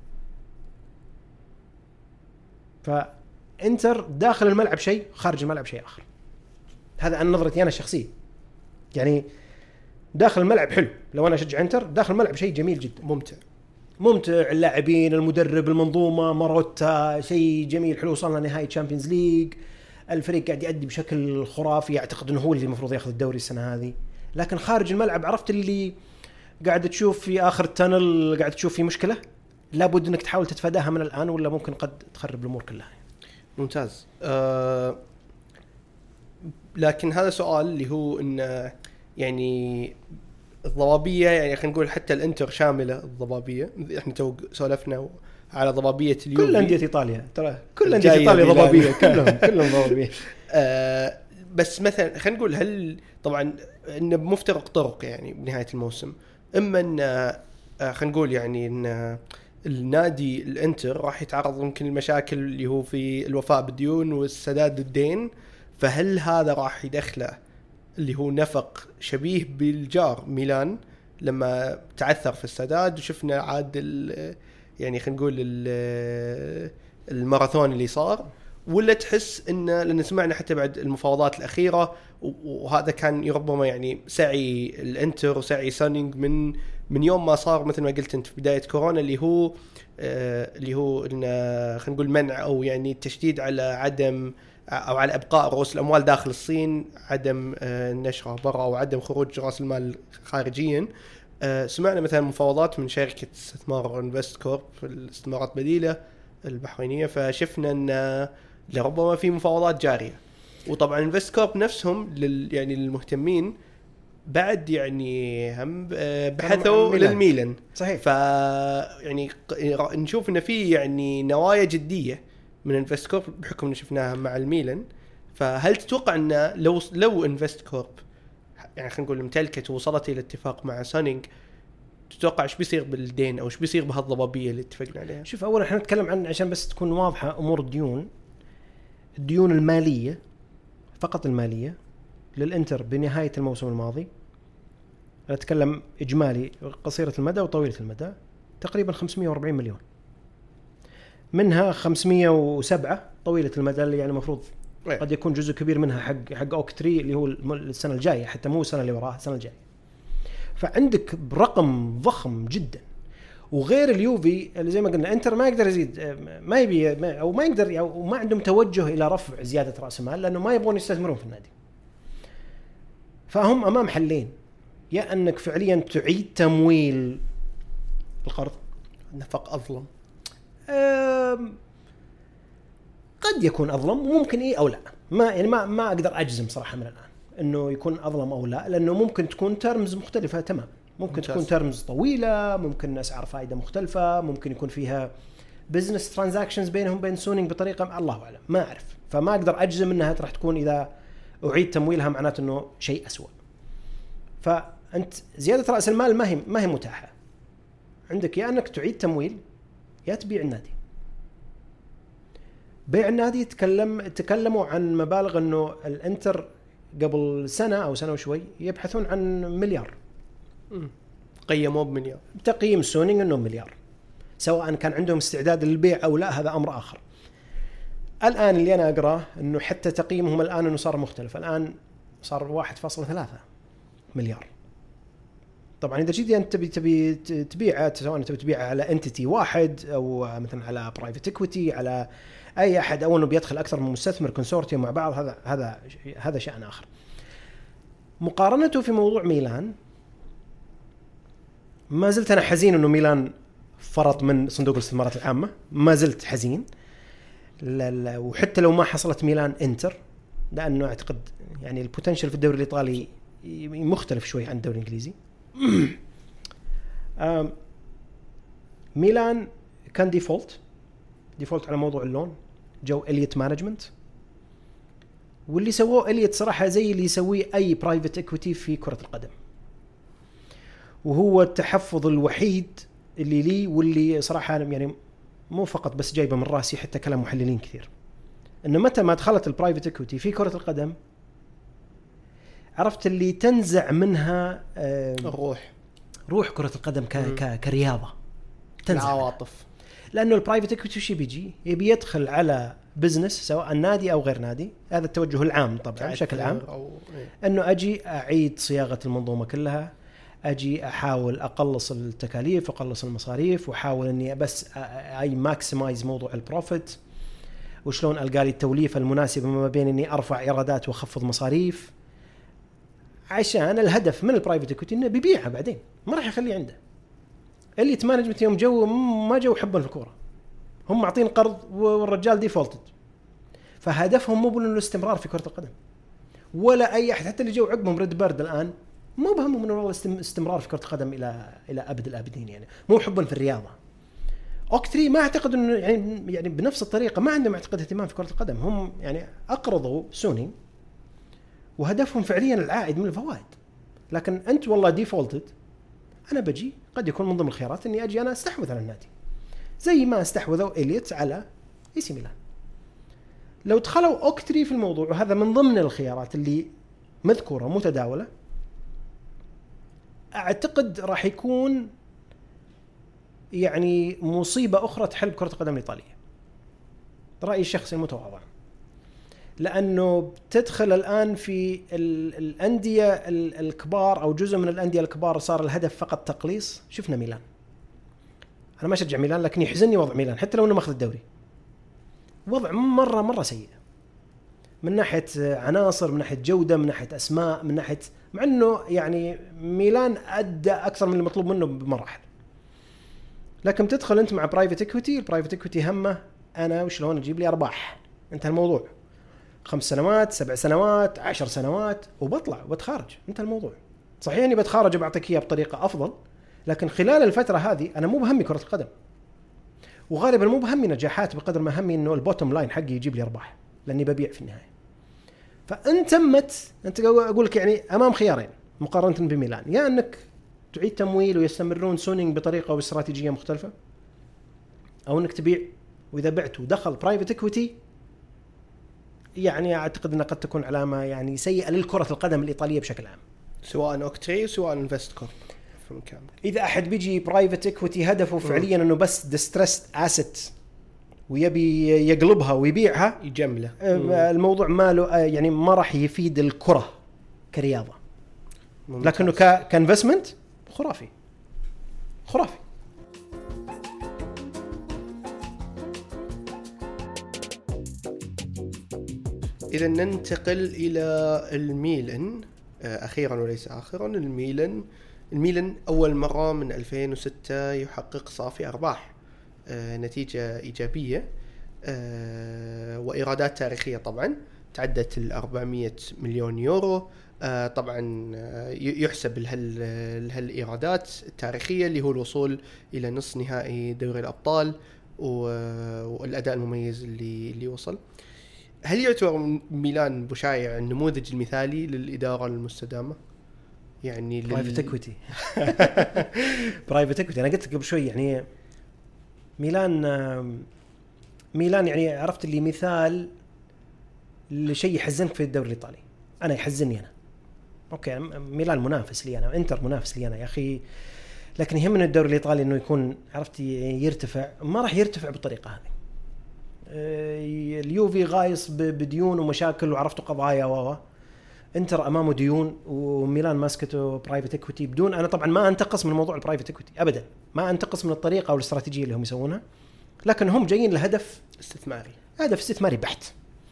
فإنتر داخل الملعب شيء، خارج الملعب شيء آخر. هذا عن نظرتي أنا الشخصية. يعني داخل الملعب حلو، لو أنا أشجع إنتر داخل الملعب شيء جميل جدا، ممتع. اللاعبين، المدرب، المنظومة، ماروتا، شيء جميل حلو. وصلنا نهاية تشامبيونز ليج، الفريق قاعد يؤدي بشكل خرافي، أعتقد أنه هو اللي المفروض يأخذ الدوري السنة هذه. لكن خارج الملعب عرفت اللي قاعد تشوف في آخر التنل، قاعد تشوف في مشكلة، لابد انك تحاول تتفاداها من الان، ولا ممكن قد تخرب الامور كلها؟ ممتاز. لكن هذا سؤال اللي هو ان يعني الضبابيه، يعني خلينا نقول حتى الانتر شامله الضبابيه. احنا تو سولفنا على ضبابيه اليوفي. كل انديه ايطاليا ترى، كل انديه ايطاليا ضبابيه، كلهم ضبابيه. بس مثلا خلينا نقول هل طبعا انه بمفترق طرق يعني بنهايه الموسم، اما ان خلينا نقول يعني ان النادي الانتر راح يتعرض يمكن المشاكل اللي هو في الوفاء بالديون والسداد الدين، فهل هذا راح يدخله اللي هو نفق شبيه بالجار ميلان لما تعثر في السداد، وشفنا عاد يعني خلينا نقول الماراثون اللي صار، ولا تحس انه لان سمعنا حتى بعد المفاوضات الاخيره وهذا كان ربما يعني سعي الانتر وسعي سونينج من يوم ما صار مثل ما قلت انت في بدايه كورونا اللي هو ان خلينا نقول منع او يعني التشديد على عدم او على ابقاء رؤوس الاموال داخل الصين، عدم نشرها برا او عدم خروج راس المال خارجيا. سمعنا مثلا مفاوضات من شركه استثمار انفست كورب في الاستثمارات بديله البحرينيه، فشفنا ان لربما في مفاوضات جاريه. وطبعا انفست كورب نفسهم يعني للمهتمين بعد يعني هم بحثوا للميلان صحيح. ف يعني نشوف ان في يعني نوايا جديه من انفست كورب بحكم ان شفناها مع الميلان. فهل تتوقع ان لو انفست كورب يعني خلينا نقول امتلكت ووصلت الى اتفاق مع سونينج، تتوقع ايش بيصير بالدين او ايش بيصير بهالضبابيه اللي اتفقنا عليها؟ شوف، اولا احنا نتكلم عن عشان بس تكون واضحه امور الديون الماليه، فقط الماليه للانتر بنهايه الموسم الماضي. نتكلم اجمالي قصيره المدى وطويله المدى، تقريبا 540 مليون، منها 507 طويله المدى اللي يعني المفروض قد يكون جزء كبير منها حق اوكتري اللي هو السنه الجايه، حتى مو السنه اللي وراها، السنه الجايه. فعندك رقم ضخم جدا. وغير اليوفي اللي زي ما قلنا انتر ما يقدر يزيد، ما يبي او ما يقدر او ما عندهم توجه الى رفع زياده راس المال، لانه ما يبغون يستثمرون في النادي. فهم امام حلين: يا انك فعليا تعيد تمويل القرض، نفق اظلم قد يكون اظلم، وممكن ايه او لا، ما اقدر اجزم صراحه من الان انه يكون اظلم او لا، لانه ممكن تكون ترمز مختلفه تماما. ممكن تكون ترمز طويله، ممكن اسعار فائده مختلفه، ممكن يكون فيها بزنس ترانزاكشنز بينهم بين سونينج بطريقه الله اعلم، ما اعرف. فما اقدر اجزم انها راح تكون اذا اعيد تمويلها معناته انه شيء اسوء. فانت زياده راس المال ما هي متاحه عندك، يا انك تعيد تمويل يا تبيع النادي. بيع النادي تكلموا عن مبالغ انه الانتر قبل سنه او سنه وشوي يبحثون عن مليار. قيموه بمليار. تقييم سونينج انه مليار، سواء كان عندهم استعداد للبيع او لا هذا امر اخر. الان اللي انا اقراه انه حتى تقييمهم الان انه صار مختلف، الان صار 1.3 مليار. طبعا اذا جيت انت تبي تبيعه، سواء تبي تبيعه على انتيتي واحد او مثلا على برايفت اكويتي، على اي احد، او انه بيدخل اكثر من مستثمر كونسورتيوم مع بعض، هذا شأن اخر. مقارنته في موضوع ميلان، ما زلت انا حزين انه ميلان فرط من صندوق الاستثمارات العامه، ما زلت حزين. لا وحتى لو ما حصلت ميلان انتر، لانه اعتقد يعني البوتنشل في الدوري الايطالي مختلف شوي عن الدوري الانجليزي. ميلان كان ديفولت على موضوع اللون، جو إليت مانجمنت، واللي سووه إليت صراحة زي اللي يسويه أي برايفت إكويتي في كرة القدم، وهو التحفظ الوحيد اللي لي، واللي صراحة يعني مو فقط بس جايبه من راسي، حتى كلام محللين كثير، إنه متى ما دخلت البرايفت إكويتي في كرة القدم، عرفت اللي تنزع منها روح كرة القدم كرياضة، تنزع العواطف. لأنه البرايفت إكويتي شي بيجي يبي يدخل على بزنس سواء نادي أو غير نادي، هذا التوجه العام طبعا بشكل عام، أنه أجي أعيد صياغة المنظومة كلها، أجي أحاول أقلص التكاليف، أقلص المصاريف، وأحاول أني بس أي ماكسمايز موضوع البروفيت، وشلون ألقى لي التوليفة المناسبة ما بين أني أرفع إيرادات وأخفض مصاريف، عشان الهدف من البرايفت إكويتي إنه بيبيعها بعدين، ما راح يخليه عنده. اللي مانجمنت يوم جو ما جو حبا في الكوره، هم معطين قرض والرجال ديفولتد، فهدفهم مو بالاستمرار في كره القدم ولا اي احد. حتى اللي جو عقبهم ريد بيرد الان مو بهمهم من والله استمرار في كره القدم الى ابد الابدين، يعني مو حبا في الرياضه. اوكتري ما اعتقد انه يعني بنفس الطريقه ما عندهم اعتقاد اهتمام في كره القدم، هم يعني اقرضوا سوني وهدفهم فعليا العائد من الفوائد. لكن انت والله ديفولتد، انا بجي قد يكون من ضمن الخيارات اني اجي انا استحوذ على النادي زي ما استحوذوا إليت على اي سي ميلان. لو دخلوا اوكتري في الموضوع، وهذا من ضمن الخيارات اللي مذكوره متداوله، اعتقد راح يكون يعني مصيبه اخرى تحل كره القدم الايطاليه، رايي الشخصي المتواضع. لانه تدخل الان في الانديه الكبار او جزء من الانديه الكبار صار الهدف فقط تقليص. شفنا ميلان، انا ما اشجع ميلان لكن يحزنني وضع ميلان حتى لو انه ماخذ الدوري، وضع مره سيء من ناحيه عناصر، من ناحيه جوده، من ناحيه اسماء، من ناحيه، مع انه يعني ميلان ادى اكثر من المطلوب منه بمراحل. لكن تدخل انت مع برايفت ايكويتي، البرايفت ايكويتي همه انا وشلون اجيب لي ارباح، انتهى الموضوع. 5 سنوات 7 سنوات 10 سنوات وبطلع وبتخارج، انتهى الموضوع. صحيح اني بتخارج وبعطيك اياه بطريقه افضل، لكن خلال الفتره هذه انا مو بهمي كره القدم، وغالبا مو بهمي نجاحات بقدر ما همي انه البوتوم لاين حقي يجيب لي ارباح، لاني ببيع في النهايه. فانت انت اقول لك يعني امام خيارين مقارنه بميلان، يا انك تعيد تمويل ويستمرون سونينج بطريقه واستراتيجيه مختلفه، او انك تبيع، واذا بعت ودخل برايفت ايكويتي يعني اعتقد انها قد تكون علامه يعني سيئه للكره القدم الايطاليه بشكل عام، سواء اوكتري سواء انفست كورب. اذا احد بيجي برايفت ايكويتي هدفه فعليا انه بس ديستريست اسيت ويبي يقلبها ويبيعها يجمله، الموضوع ماله يعني ما راح يفيد الكره كرياضه. لكنه كانفستمنت خرافي. إذا ننتقل إلى الميلان أخيرا وليس آخرا. الميلان أول مرة من 2006 يحقق صافي أرباح، نتيجة إيجابية وإيرادات تاريخية طبعا تعدت 400 مليون يورو. طبعا يحسب لهالإيرادات التاريخية اللي هو الوصول إلى نصف نهائي دوري الأبطال والأداء المميز اللي وصل. هل يعتبر ميلان بشايع النموذج المثالي للإدارة المستدامة؟ يعني برايفت ايكويتي انا قلت قبل شوي يعني ميلان يعني عرفت اللي مثال لشيء يحزنك في الدوري الإيطالي. أنا يحزنني أنا أوكي، ميلان منافس لي أنا، إنتر منافس لي أنا يا أخي، لكن يهمني الدوري الإيطالي إنه يكون عرفت يرتفع. ما راح يرتفع بالطريقة هذه. اليوفي غايص بديون ومشاكل وعرفتوا قضايا انتر امامه ديون، وميلان ماسكته برايفت ايكويتي بدون. انا طبعا ما انتقص من موضوع البرايفت ايكويتي ابدا، ما انتقص من الطريقه او الاستراتيجيه اللي هم يسوونها، لكن هم جايين لهدف استثماري، هدف استثماري بحت.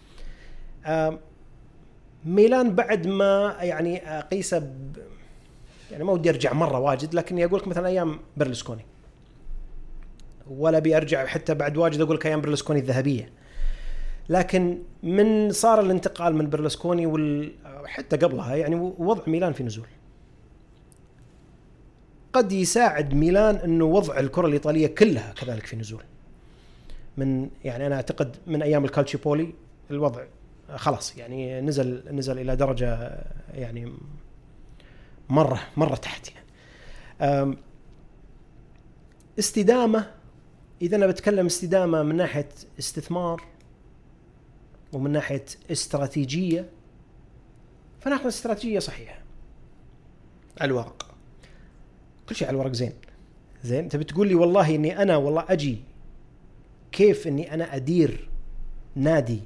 ميلان بعد ما يعني اقيسه يعني ما ودي ارجع مره واجد، لكن اقول لك مثلا ايام برلسكوني، ولا بيرجع حتى بعد واجد اقول لك ايام برلسكوني الذهبيه. لكن من صار الانتقال من برلسكوني وحتى قبلها يعني وضع ميلان في نزول. قد يساعد ميلان انه وضع الكره الايطاليه كلها كذلك في نزول. من يعني انا اعتقد من ايام الكالتشيبولي الوضع خلاص يعني نزل الى درجه يعني مره تحت يعني. استدامه، اذا انا بتكلم استدامه من ناحيه استثمار ومن ناحيه استراتيجيه، فناخذ استراتيجيه صحيحه على الورق. كل شيء على الورق زين. انت بتقول لي والله اني انا والله اجي كيف اني انا ادير نادي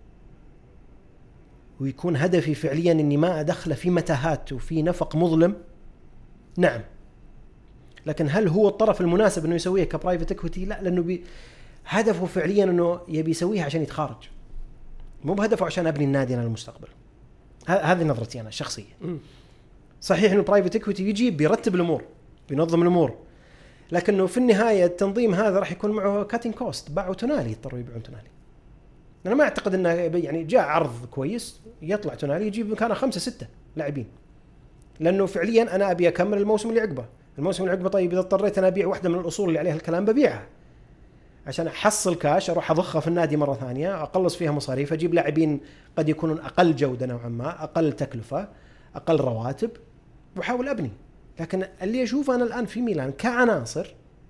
ويكون هدفي فعليا اني ما ادخله في متاهات وفي نفق مظلم؟ نعم، لكن هل هو الطرف المناسب انه يسويه كبرايفت ايكويتي؟ لا، لانه هدفه فعليا انه يبي يسويها عشان يتخارج، مو بهدفه عشان ابني النادي انا المستقبل. هذه نظرتي انا الشخصيه. صحيح انه برايفت ايكويتي يجي بيرتب الامور، بينظم الامور، لكنه في النهايه التنظيم هذا راح يكون معه كاتين كوست. باعوا تونالي، اضطروا يبيعون تونالي. انا ما اعتقد انه يعني جاء عرض كويس يطلع تونالي يجيب مكانه 5-6 لاعبين، لانه فعليا انا ابي اكمل الموسم اللي عقبه. الموسم اللي عقبه طيب اذا اضطريت انا ابيع واحده من الاصول اللي عليها الكلام ببيعها عشان احصل كاش، اروح اضخها في النادي مره ثانيه، اقلص فيها مصاريف، اجيب لاعبين قد يكونون اقل جوده نوعا ما، اقل تكلفه، اقل رواتب، واحاول ابني. لكن اللي اشوفه انا الان في ميلان كعناصر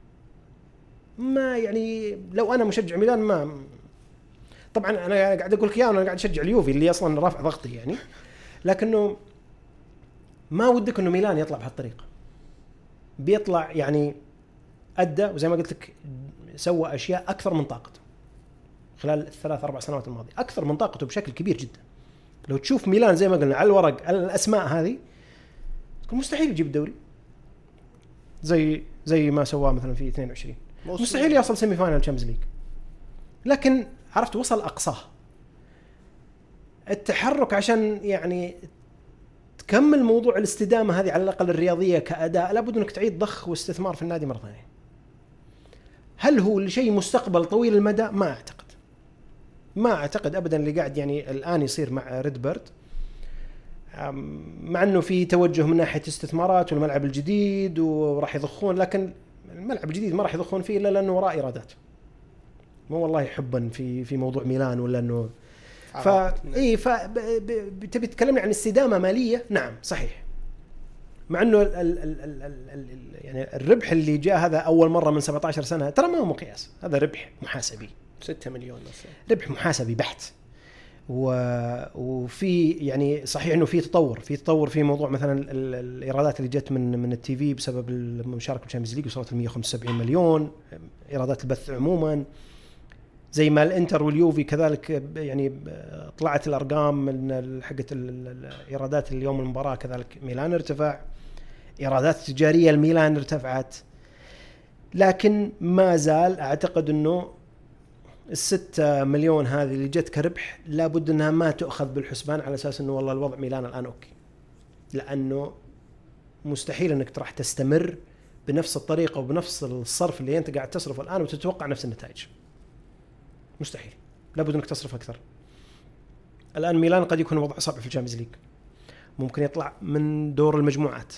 ما يعني، لو انا مشجع ميلان ما، طبعا انا قاعد اقول لك اياه وانا قاعد اشجع اليوفي اللي اصلا رافع ضغطي يعني، لكنه ما ودك انه ميلان يطلع بهالطريقه. بيطلع يعني ادى، وزي ما قلت لك سوى اشياء اكثر من طاقته خلال 3-4 سنوات الماضيه، اكثر من طاقته بشكل كبير جدا. لو تشوف ميلان زي ما قلنا على الورق الاسماء هذه مستحيل يجيب الدوري زي ما سواه مثلا في 22، مستحيل يوصل سيمي فاينل تشامبيونز ليج، لكن عرفت وصل اقصاه. التحرك عشان يعني تكمل موضوع الاستدامه هذه على الاقل الرياضيه كاداء، لابد انك تعيد ضخ واستثمار في النادي مره ثانيه. هل هو لشيء مستقبل طويل المدى؟ ما اعتقد ابدا اللي قاعد يعني الان يصير مع ريد بيرد، مع انه في توجه من ناحيه استثمارات والملعب الجديد وراح يضخون، لكن الملعب الجديد ما راح يضخون فيه الا لانه وراء ايرادات، مو والله حبا في موضوع ميلان ولا انه تبي تتكلمني عن استدامه ماليه. نعم صحيح، مع انه يعني الربح اللي جاء هذا اول مره من 17 سنه ترى ما هو مقياس، هذا ربح محاسبي 6 مليون مثلا، ربح محاسبي بحت. وفي يعني صحيح انه في تطور في موضوع مثلا الايرادات اللي جت من التي في بسبب المشاركه بالشامبيونز ليج، وصلت ل 175 مليون ايرادات البث عموما، زي ما الانتر واليوفي كذلك يعني طلعت الارقام من حقه الايرادات اليوم المباراه، كذلك ميلان ارتفع، ايرادات تجاريه الميلان ارتفعت، لكن ما زال اعتقد انه 6 مليون هذه اللي جت كربح لابد انها ما تؤخذ بالحسبان على اساس انه والله الوضع ميلان الان اوكي، لانه مستحيل انك راح تستمر بنفس الطريقه وبنفس الصرف اللي انت قاعد تصرفه الان وتتوقع نفس النتائج، مستحيل، لابد انك تصرف اكثر. الان ميلان قد يكون وضع صعب في الشامبيونز ليج، ممكن يطلع من دور المجموعات،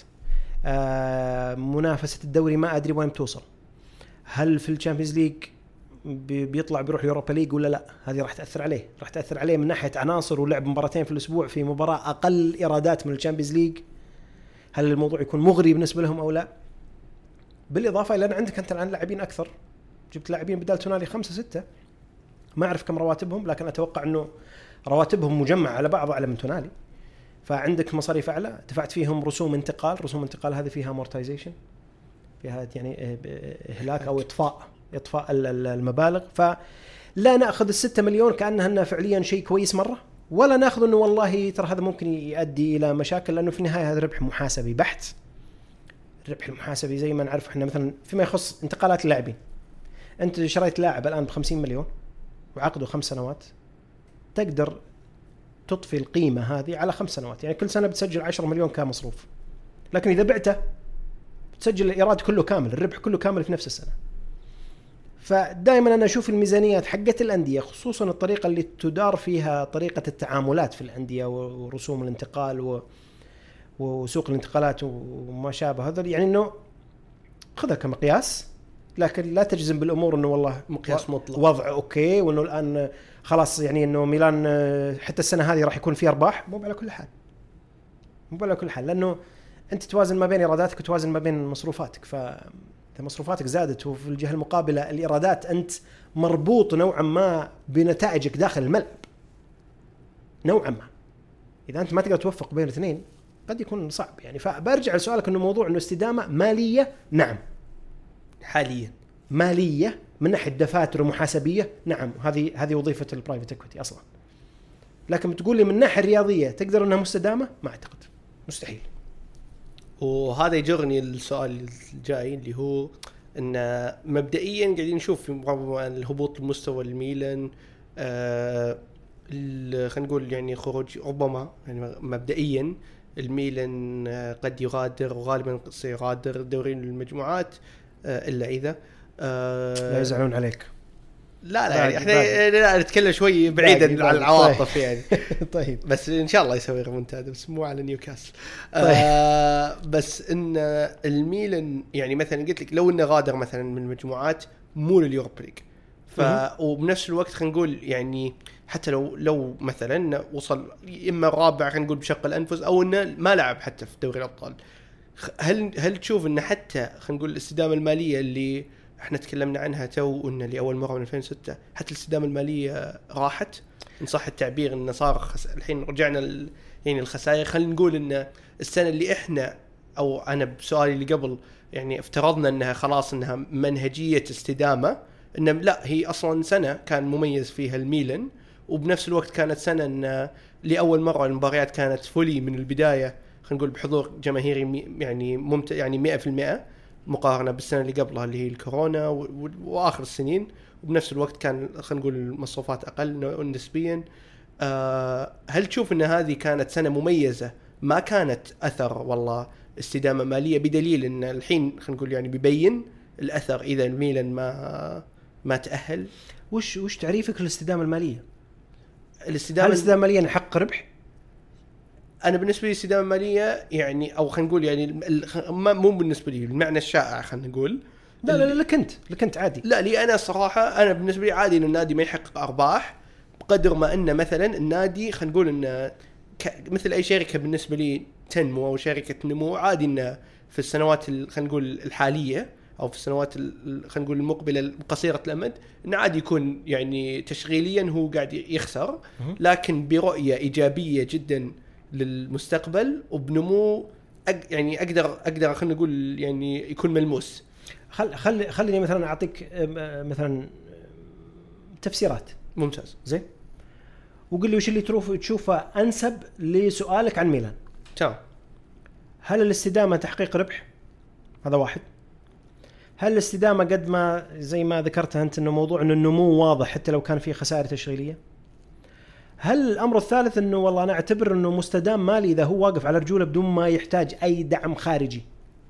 منافسه الدوري ما ادري وين بتوصل، هل في الشامبيونز ليج بيطلع بيروح يوروبا ليج ولا لا، هذه راح تاثر عليه من ناحيه عناصر ولعب مباراتين في الاسبوع في مباراه اقل ايرادات من الشامبيونز ليج، هل الموضوع يكون مغري بالنسبه لهم او لا؟ بالاضافه الى ان عندك انت الان لاعبين اكثر، جبت لاعبين بدال تونالي 5-6، ما اعرف كم رواتبهم، لكن اتوقع انه رواتبهم مجمعه على بعض اعلى من تونالي، فعندك مصاريف اعلى، دفعت فيهم رسوم انتقال هذه فيها امورتايزيشن، فيها يعني اهلاك او اطفاء المبالغ. فلا ناخذ ال6 مليون كانها فعليا شيء كويس مره، ولا ناخذ انه والله ترى هذا ممكن يؤدي الى مشاكل، لانه في النهايه هذا ربح محاسبي بحت. الربح المحاسبي زي ما نعرف احنا مثلا فيما يخص انتقالات اللاعبين، انت شريت لاعب الان ب50 مليون وعقده 5 سنوات، تقدر تضفي القيمه هذه على 5 سنوات، يعني كل سنه بتسجل 10 مليون كمصروف، لكن اذا بعته تسجل الايراد كله كامل، الربح كله كامل في نفس السنه. فدائما انا اشوف الميزانيات حقت الانديه، خصوصا الطريقه اللي تدار فيها طريقه التعاملات في الانديه ورسوم الانتقال وسوق الانتقالات وما شابه هذا، يعني انه خذها كمقياس، لكن لا تجزم بالامور انه والله مقياس مطلق وضع اوكي، وانه الان خلاص يعني انه ميلان حتى السنه هذه راح يكون فيه ارباح، مو على كل حال، لانه انت توازن ما بين ايراداتك وتوازن ما بين مصروفاتك، مصروفاتك زادت وفي الجهه المقابله الايرادات انت مربوط نوعا ما بنتائجك داخل الملعب نوعا ما، اذا انت ما تقدر توفق بين الاثنين قد يكون صعب يعني. فبرجع لسؤالك انه موضوع انه استدامه ماليه، نعم حاليا ماليه من ناحيه دفاتر ومحاسبيه، نعم هذه وظيفه البرايفت اكويتي اصلا، لكن بتقول لي من ناحيه رياضيه تقدر انها مستدامه، ما اعتقد، مستحيل. وهذا يجرني السؤال الجاي اللي هو ان مبدئيا قاعدين نشوف في الهبوط المستوى الميلان، خلينا نقول يعني خروج ربما يعني مبدئيا الميلان قد يغادر، وغالبا سيغادر دوري المجموعات، الا اذا لا يزعلون عليك. لا يعني احنا لا نتكلم شوي بعيدا عن العواطف يعني. طيب بس ان شاء الله يسوي ريمونتادا بس مو على نيوكاسل. بس ان الميلان يعني مثلا قلت لك لو انه غادر مثلا من المجموعات مو لليوروبا ليج وبنفس الوقت خلينا نقول يعني حتى لو مثلا وصل اما الرابع خلينا نقول بشق الانفس او انه ما لعب حتى في دوري الابطال، هل تشوف ان حتى خلينا نقول الاستدامه الماليه اللي احنا تكلمنا عنها تو ان لاول مره من 2006 حتى الاستدامه الماليه راحت ان صح التعبير، ان صار الحين رجعنا يعني الخسائر. خلينا نقول ان السنه اللي احنا او انا بسؤالي اللي قبل يعني افترضنا انها خلاص انها منهجيه استدامه، ان لا هي اصلا سنه كان مميز فيها الميلان وبنفس الوقت كانت سنه ان لاول مره المباريات كانت فولي من البدايه خلينا نقول بحضور جماهيري يعني يعني 100% مقارنه بالسنه اللي قبلها اللي هي الكورونا واخر السنين، وبنفس الوقت كان خلينا نقول المصروفات اقل نسبيا. هل تشوف ان هذه كانت سنه مميزه ما كانت اثر والله استدامه ماليه، بدليل ان الحين خلينا نقول يعني بيبين الاثر اذا الميلان ما تاهل؟ وش تعريفك للاستدامه الماليه؟ الاستدامه الماليه حق ربح؟ انا بالنسبه لي استدامه ماليه يعني او خلينا نقول يعني مو بالنسبه لي المعنى الشائع خلينا نقول. لا لك عادي. لا لي انا صراحه انا بالنسبه لي عادي ان النادي ما يحقق ارباح بقدر ما ان مثلا النادي خلينا نقول ان مثل اي شركه بالنسبه لي تنمو او شركه نمو عادي ان في السنوات خلينا نقول الحاليه او في السنوات خلينا نقول المقبله قصيره الامد ان عادي يكون يعني تشغيليا هو قاعد يخسر لكن برؤيه ايجابيه جدا للمستقبل وبنمو يعني اقدر خلينا نقول يعني يكون ملموس. خليني مثلا اعطيك مثلا تفسيرات. ممتاز زين، وقل لي وش اللي تشوفه انسب لسؤالك عن ميلان. تمام. هل الاستدامه تحقيق ربح؟ هذا واحد. هل الاستدامه قد ما زي ما ذكرتها انت انه موضوع انه النمو واضح حتى لو كان في خسائر تشغيليه؟ هل الامر الثالث انه والله انا اعتبر انه مستدام مالي اذا هو واقف على رجوله بدون ما يحتاج اي دعم خارجي؟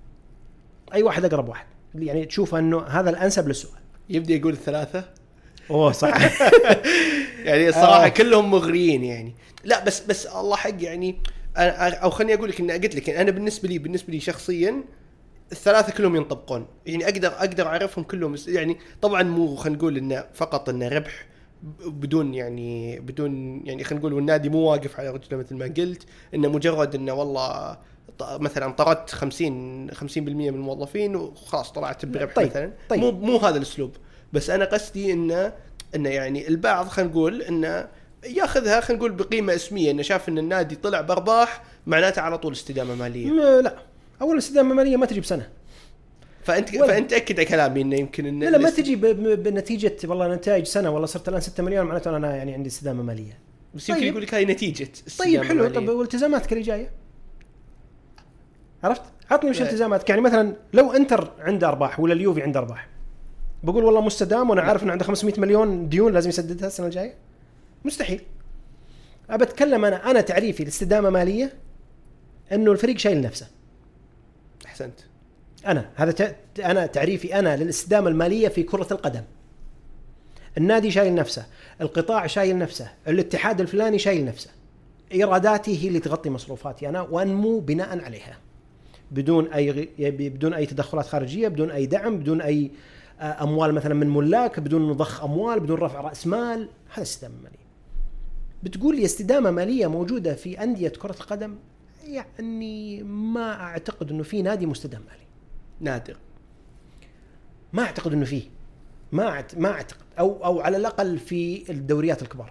اي واحد اقرب واحد يعني تشوف انه هذا الانسب للسؤال. يبدا يقول الثلاثه. اوه صح. يعني الصراحه كلهم مغريين يعني. لا بس الله حق يعني او خليني اقول لك ان قلت لك انا بالنسبه لي شخصيا الثلاثه كلهم ينطبقون يعني اقدر اعرفهم كلهم يعني طبعا مو خلينا نقول انه فقط انه ربح بدون يعني خلينا نقول والنادي مو واقف على رجله مثل ما قلت انه مجرد انه والله مثلا طردت 50% من الموظفين وخلاص طلعت بربح. طيب. مثلا مو هذا الاسلوب، بس انا قصدي انه يعني البعض خلينا نقول انه ياخذها خلينا نقول بقيمه اسميه انه شاف ان النادي طلع بارباح معناته على طول استدامه ماليه. لا اول استدامه ماليه ما تجي بسنه. فانت اكد على كلامي انه يمكن ان لا ما تجي بنتيجه والله نتائج سنه والله صرت الان 6 مليون معناته انا يعني عندي استدامه ماليه. بس يمكن يقول لك هاي نتيجه. طيب حلو مالية. طب والتزاماتك اللي جايه عرفت؟ عطني وش التزاماتك يعني مثلا لو انتر عنده ارباح ولا اليوفي عنده ارباح بقول والله مستدام وانا عارف انه عنده 500 مليون ديون لازم يسددها السنه الجايه؟ مستحيل. ابى اتكلم انا تعريفي الاستدامه ماليه انه الفريق شايل نفسه. احسنت. انا تعريفي انا للاستدامه الماليه في كره القدم. النادي شايل نفسه، القطاع شايل نفسه، الاتحاد الفلاني شايل نفسه، ايراداتي هي اللي تغطي مصروفاتي انا وانمو بناء عليها بدون اي تدخلات خارجيه، بدون اي دعم، بدون اي اموال مثلا من ملاك، بدون ضخ اموال، بدون رفع راس مال. هذا استدامه ماليه. بتقول لي استدامه ماليه موجوده في انديه كره القدم؟ يعني ما اعتقد انه في نادي مستدام مالي. نادر. ما اعتقد انه فيه. ما اعتقد او على الاقل في الدوريات الكبار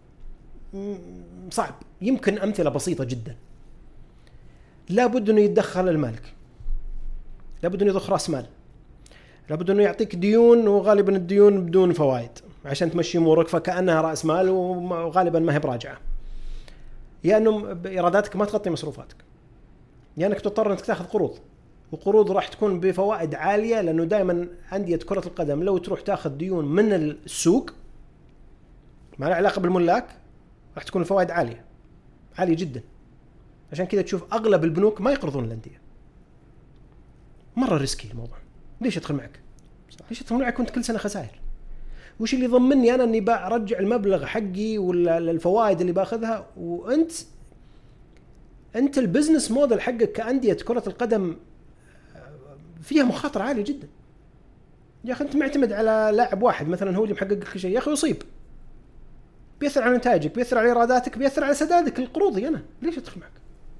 صعب. يمكن امثله بسيطه جدا. لابد انه يتدخل المالك، لابد انه يضخ راس مال، لابد انه يعطيك ديون وغالبا الديون بدون فوائد عشان تمشي امورك فكانها راس مال وغالبا ما هي براجعه. يا انه ايراداتك ما تغطي مصروفاتك، يا انك تضطر انك تاخذ قروض، وقروض راح تكون بفوائد عاليه لانه دائما انديه كره القدم لو تروح تاخذ ديون من السوق ما له علاقه بالملاك راح تكون الفوائد عاليه جدا. عشان كذا تشوف اغلب البنوك ما يقرضون الانديه. مره ريسكي الموضوع. ليش ادخل معك؟ ليش ادخل معك وانت كل سنه خسائر؟ وش اللي يضمني انا اني برجع المبلغ حقي ولا الفوائد اللي باخذها؟ وانت البزنس موديل حقك كأندية كرة القدم فيها مخاطرة عالية جدا. يا اخي انت معتمد على لاعب واحد مثلا هو اللي محقق كل شيء، يا اخي يصيب بيأثر على نتائجك، بيأثر على ايراداتك، بيأثر على سدادك القروضي. انا ليش ادخل معك؟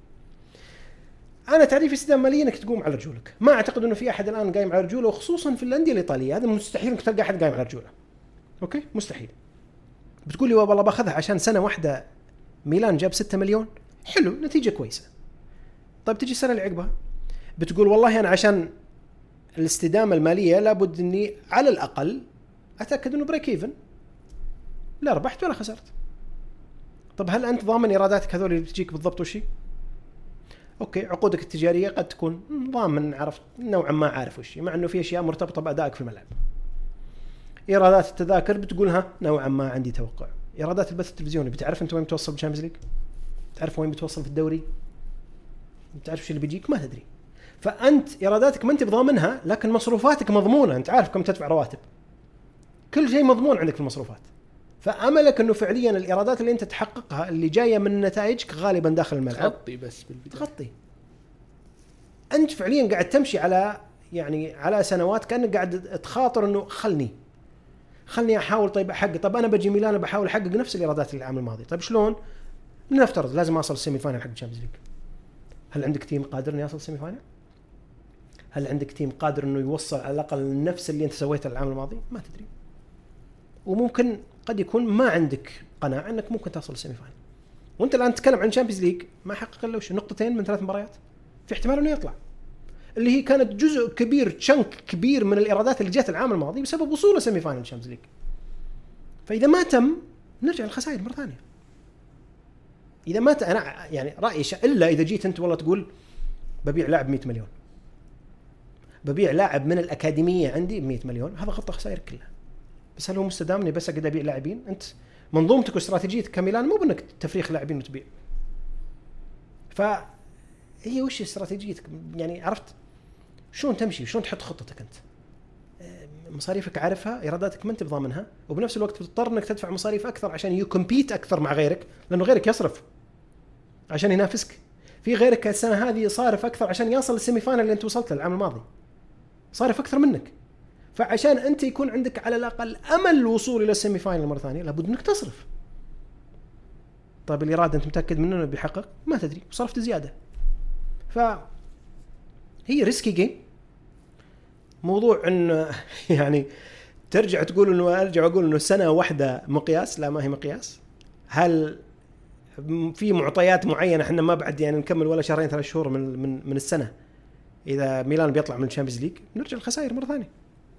انا تعريفي استدامه ماليه انك تقوم على رجولك. ما اعتقد انه في احد الان قايم على رجوله، وخصوصا في الانديه الايطاليه هذا مستحيل انك تلقى احد قايم على رجوله. اوكي مستحيل. بتقول لي والله باخذها عشان سنه واحده ميلان جاب 6 مليون، حلو نتيجه كويسه. طيب تجي السنه اللي عقبها بتقول والله انا عشان الاستدامه الماليه لابد اني على الاقل اتاكد انه بريك ايفن، لا ربحت ولا خسرت. طب هل انت ضامن ايراداتك هذول اللي بتجيك بالضبط وشي؟ اوكي عقودك التجاريه قد تكون ضامن، عرفت نوعا ما عارف وشي، مع انه في اشياء مرتبطه بادائك في الملعب. ايرادات التذاكر بتقول ها نوعا ما عندي توقع. ايرادات البث التلفزيوني بتعرف انت وين بتوصل بالشامبيونز ليج؟ تعرف وين بتوصل في الدوري؟ بتعرف ايش اللي بيجيك؟ ما تدري. فانت ايراداتك ما انت بضامنها، لكن مصروفاتك مضمونه، انت عارف كم تدفع رواتب، كل شيء مضمون عندك في المصروفات. فاملك انه فعليا الايرادات اللي انت تحققها اللي جايه من نتائجك غالبا داخل الملعب تغطي بس بالبدايه، تغطي. انت فعليا قاعد تمشي على يعني على سنوات كانك قاعد تخاطر انه خلني احاول. طيب احقق، طب انا بجي ميلان بحاول احقق نفس الايرادات اللي العام الماضي. طيب شلون؟ لنفترض لازم اوصل السيمي فاينل حق الشامبيونز ليج. هل عندك تيم قادر انه يوصل السيمي فاينل؟ هل عندك تيم قادر انه يوصل على الاقل نفس اللي انت سويته العام الماضي؟ ما تدري. وممكن قد يكون ما عندك قناعه انك ممكن توصل السيمي فاينل، وانت الان تتكلم عن الشامبيونز ليج ما حقق الا نقطتين من 3 مباريات، في احتمال انه يطلع، اللي هي كانت جزء كبير، تشنك كبير من الايرادات اللي جت العام الماضي بسبب وصوله سيمي فاينل الشامبيونز ليج. فاذا ما تم نرجع للخسائر مره ثانيه. اذا ما انا يعني رايي الا اذا جيت انت والله تقول ببيع لاعب 100 مليون، ببيع لاعب من الاكاديميه عندي 100 مليون، هذا غطى خسائر كلها. بس هل هو مستدام اني بس اقدر ابيع لاعبين؟ انت منظومتك واستراتيجيتك كميلان مو بانك تفريخ لاعبين وتبيع. فهي وش استراتيجيتك؟ يعني عرفت شلون تمشي، شلون تحط خطتك؟ انت مصاريفك عارفها، ايراداتك ما انت بضامنها، وبنفس الوقت بتضطر انك تدفع مصاريف اكثر عشان يكمبيت اكثر مع غيرك، لانه غيرك يصرف عشان ينافسك. في غيرك السنه هذه صارف اكثر عشان يصل للسيمي فاينل اللي انت وصلت له العام الماضي، صارف اكثر منك. فعشان انت يكون عندك على الاقل امل الوصول الى السيمي فاينل مره ثانيه لابد انك تصرف. طيب الايراد انت متاكد منه انه بيحقق؟ ما تدري، وصرفت زياده. فهي ريسكي جيم. موضوع انه يعني ترجع تقول انه ارجع اقول انه سنه واحده مقياس، لا ما هي مقياس. هل في معطيات معينه احنا ما بعد يعني نكمل ولا شهرين 3 شهور من السنه اذا ميلان بيطلع من الشامبيونز ليج نرجع الخسائر مره ثانيه.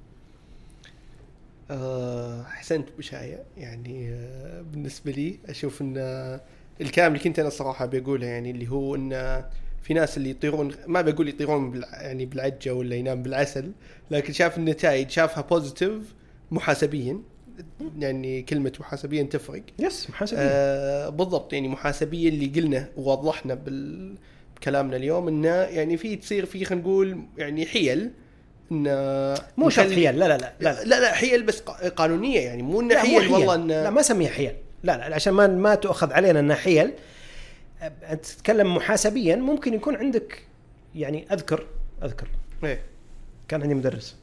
احسنت بشاية. يعني بالنسبه لي اشوف ان الكلام اللي كنت انا الصراحه بقوله، يعني اللي هو ان في ناس اللي يطيرون، ما بقول يطيرون يعني بالعجه ولا ينام بالعسل، لكن شاف النتائج شافها بوزيتيف محاسبيا. يعني كلمه محاسبيا تفرق. يس محاسبيا بالضبط. يعني محاسبيا اللي قلنا ووضحنا بكلامنا اليوم انه يعني في تصير في خلينا نقول يعني حيل، مو شرط حيل، لا حيل بس قانونيه، يعني مو انه حيل والله ان لا ما سميها حيل، لا عشان ما تؤخذ علينا انها حيل. انت تتكلم محاسبيا ممكن يكون عندك يعني اذكر إيه؟ كان عندي مدرس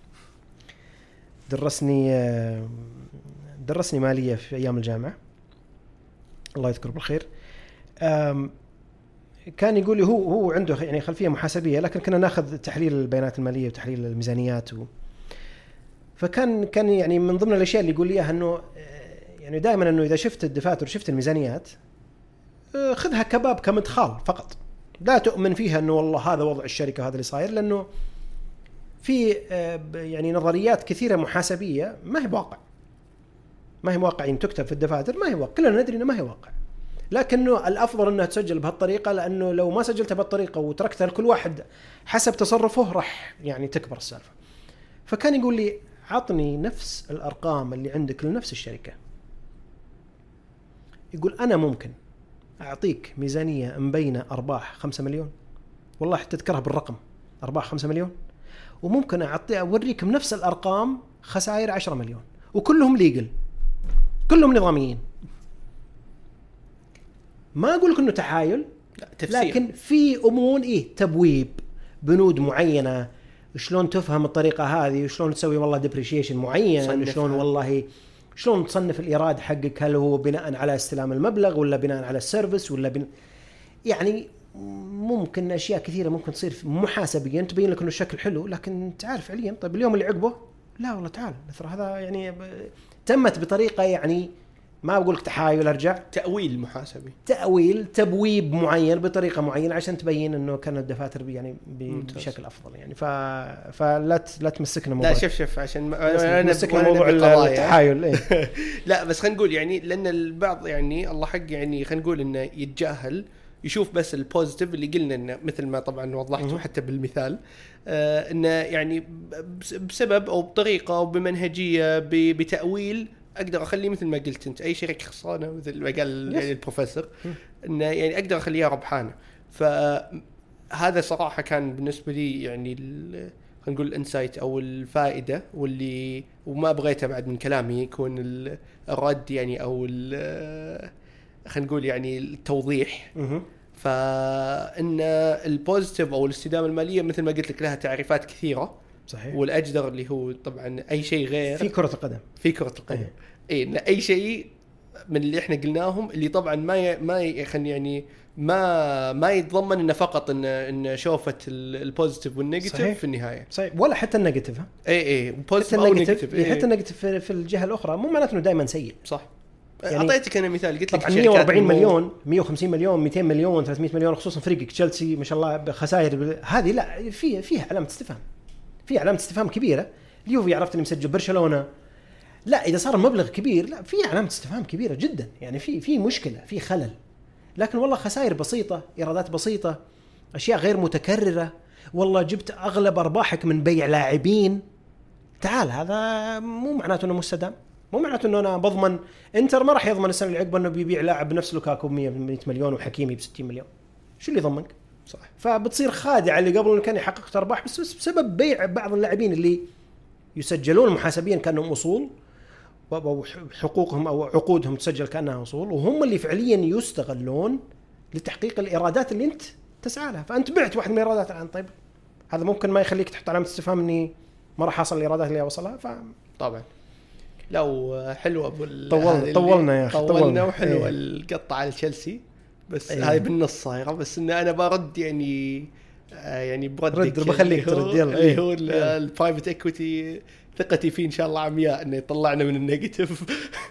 درسني ماليه في ايام الجامعه الله يذكره بالخير. كان يقول لي هو عنده يعني خلفيه محاسبيه، لكن كنا ناخذ تحليل البيانات الماليه وتحليل الميزانيات فكان يعني من ضمن الاشياء اللي يقول لي اياها انه يعني دائما انه اذا شفت الدفاتر وشفت الميزانيات خذها كباب كمدخال فقط، لا تؤمن فيها انه والله هذا وضع الشركه هذا اللي صاير، لانه في يعني نظريات كثيره محاسبيه ما هي واقع يعني تكتب في الدفاتر، ما هي واقع، كلنا ندري انه ما هي واقع، لكنه الافضل انها تسجل بهالطريقه، لانه لو ما سجلتها بهالطريقه وتركتها لكل واحد حسب تصرفه راح يعني تكبر السالفه. فكان يقول لي عطني نفس الارقام اللي عندك لنفس الشركه، يقول انا ممكن اعطيك ميزانيه مبينه ارباح 5 مليون، والله حتى تذكرها بالرقم، ارباح 5 مليون، وممكن اوريكم نفس الارقام خسائر 10 مليون وكلهم ليجل، كلهم نظاميين. ما اقول لك انه تحايل، لكن في امور تبويب بنود معينه، شلون تفهم الطريقه هذه، وشلون تسوي والله ديبريشيشن معين، شلون والله شلون تصنف الايراد حقك، هل هو بناء على استلام المبلغ ولا بناء على السيرفيس ولا يعني ممكن اشياء كثيره ممكن تصير محاسبيا تبين لك انه الشكل حلو، لكن تعرف فعليا طيب اليوم اللي عقبه لا والله تعال مثل هذا يعني تمت بطريقه يعني ما بقول لك تحايل، ارجع تاويل محاسبي، تبويب معين بطريقه معينه عشان تبين انه كانت الدفاتر يعني بشكل افضل يعني. فلا تمسكنا موضوع، لا شوف عشان انا مسكنا موضوع التحايل لا بس خلينا نقول يعني لان البعض يعني الله حق يعني خلينا نقول انه يتجاهل، يشوف بس البوزيتيف اللي قلنا انه مثل ما طبعا وضحته حتى بالمثال انه يعني بسبب او بطريقه او بمنهجيه بتاويل اقدر اخليه مثل ما قلت انت اي شركه خسرانه مثل ما قال يعني البروفيسور انه يعني اقدر اخليها ربحانه. فهذا صراحه كان بالنسبه لي يعني خلينا نقول الانسايت او الفائده واللي وما بغيتها بعد من كلامي يكون الرد يعني او خلينا نقول يعني التوضيح. فان البوزيتيف او الاستدامه الماليه مثل ما قلت لك لها تعريفات كثيره صحيح، والاجدر اللي هو طبعا اي شيء غير في كرة القدم، في كرة القدم إن اي شيء من اللي احنا قلناهم اللي طبعا ما يعني ما يتضمن انه فقط ان شوفت البوزيتيف والنيجاتيف في النهايه صحيح، ولا حتى النيجاتيف اي بوزيتيف او نيجاتيف حتى النيجاتيف في الجهه الاخرى مو معناته انه دائما سيء صح. يعني اعطيتك انا مثال قلت لك 140 مليون 150 مليون 200 مليون 300 مليون خصوصا فريقك تشيلسي ما شاء الله بخسائر هذه لا فيها علامه استفهام، في علامه استفهام كبيره. اليوفي عرفت اني مسجل برشلونه، لا اذا صار المبلغ كبير لا في علامه استفهام كبيره جدا يعني في مشكله في خلل. لكن والله خسائر بسيطه، ايرادات بسيطه، اشياء غير متكرره، والله جبت اغلب ارباحك من بيع لاعبين، تعال هذا مو معناته انه مستدام، مو معناته انه انا بضمن انتر ما راح يضمن السنه اللي عقبه انه بيبيع لاعب بنفس لوكاكو ب 100 مليون وحكيمي ب 60 مليون، شو اللي يضمنك؟ صح. فبتصير خادعه اللي قبل انه كان يحقق ارباح بس بسبب بيع بعض اللاعبين اللي يسجلون محاسبيا كانهم اصول وحقوقهم او عقودهم تسجل كانها اصول، وهم اللي فعليا يستغلون لتحقيق الايرادات اللي انت تسعى لها. فانت بعت واحد من الايرادات الان، طيب هذا ممكن ما يخليك تحط علامه استفهام اني ما راح احصل الايرادات اللي اوصلها. طبعا لو حلوه طولنا يا اخي، طولنا وحلوه القطه على تشيلسي بس هاي بالنص صايره، بس ان انا برد يعني بردك بخليك ترد يلا اللي هو البرايفت ايكويتي ثقتي فيه ان شاء الله عمياء انه يطلعنا من النيجاتيف.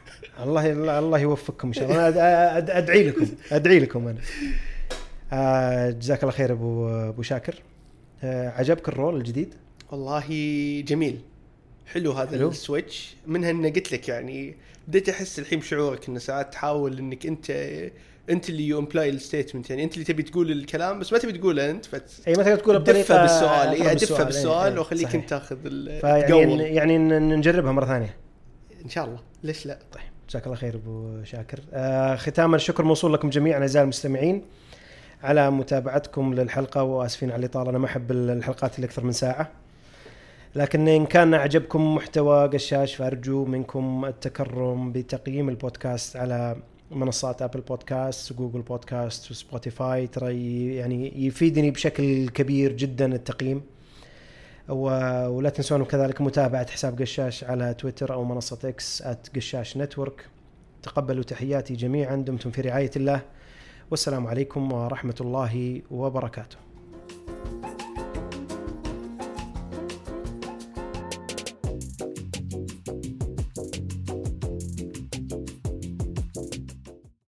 الله يوفقكم ان شاء الله. انا ادعي لكم انا. جزاك الله خير ابو شاكر. عجبك الرول الجديد؟ والله جميل حلو هذا السويتش منها ان قلت لك يعني بديت احس الحين بشعورك ان ساعات تحاول انك انت اللي يو امبلاي الستيتمنت، يعني انت اللي تبي تقول الكلام بس ما تبي تقوله انت اي مثلا تقول بطريقه بالسؤال ادفه بالسؤال وخليك انت تاخذ يعني نجربها مره ثانيه ان شاء الله، ليش لا. طيب جزاك الله خير ابو شاكر. ختاما الشكر موصول لكم جميعا اعزائي المستمعين على متابعتكم للحلقه، واسفين على الاطاله، انا ما احب الحلقات اللي اكثر من ساعه، لكن إن كان أعجبكم محتوى قشاش فأرجو منكم التكرم بتقييم البودكاست على منصات أبل بودكاست وجوجل بودكاست وسبوتيفاي، ترى يعني يفيدني بشكل كبير جدا التقييم. ولا تنسون كذلك متابعة حساب قشاش على تويتر أو منصة إكس @قشاش نتورك. تقبلوا تحياتي جميعا، دمتم في رعاية الله، والسلام عليكم ورحمة الله وبركاته.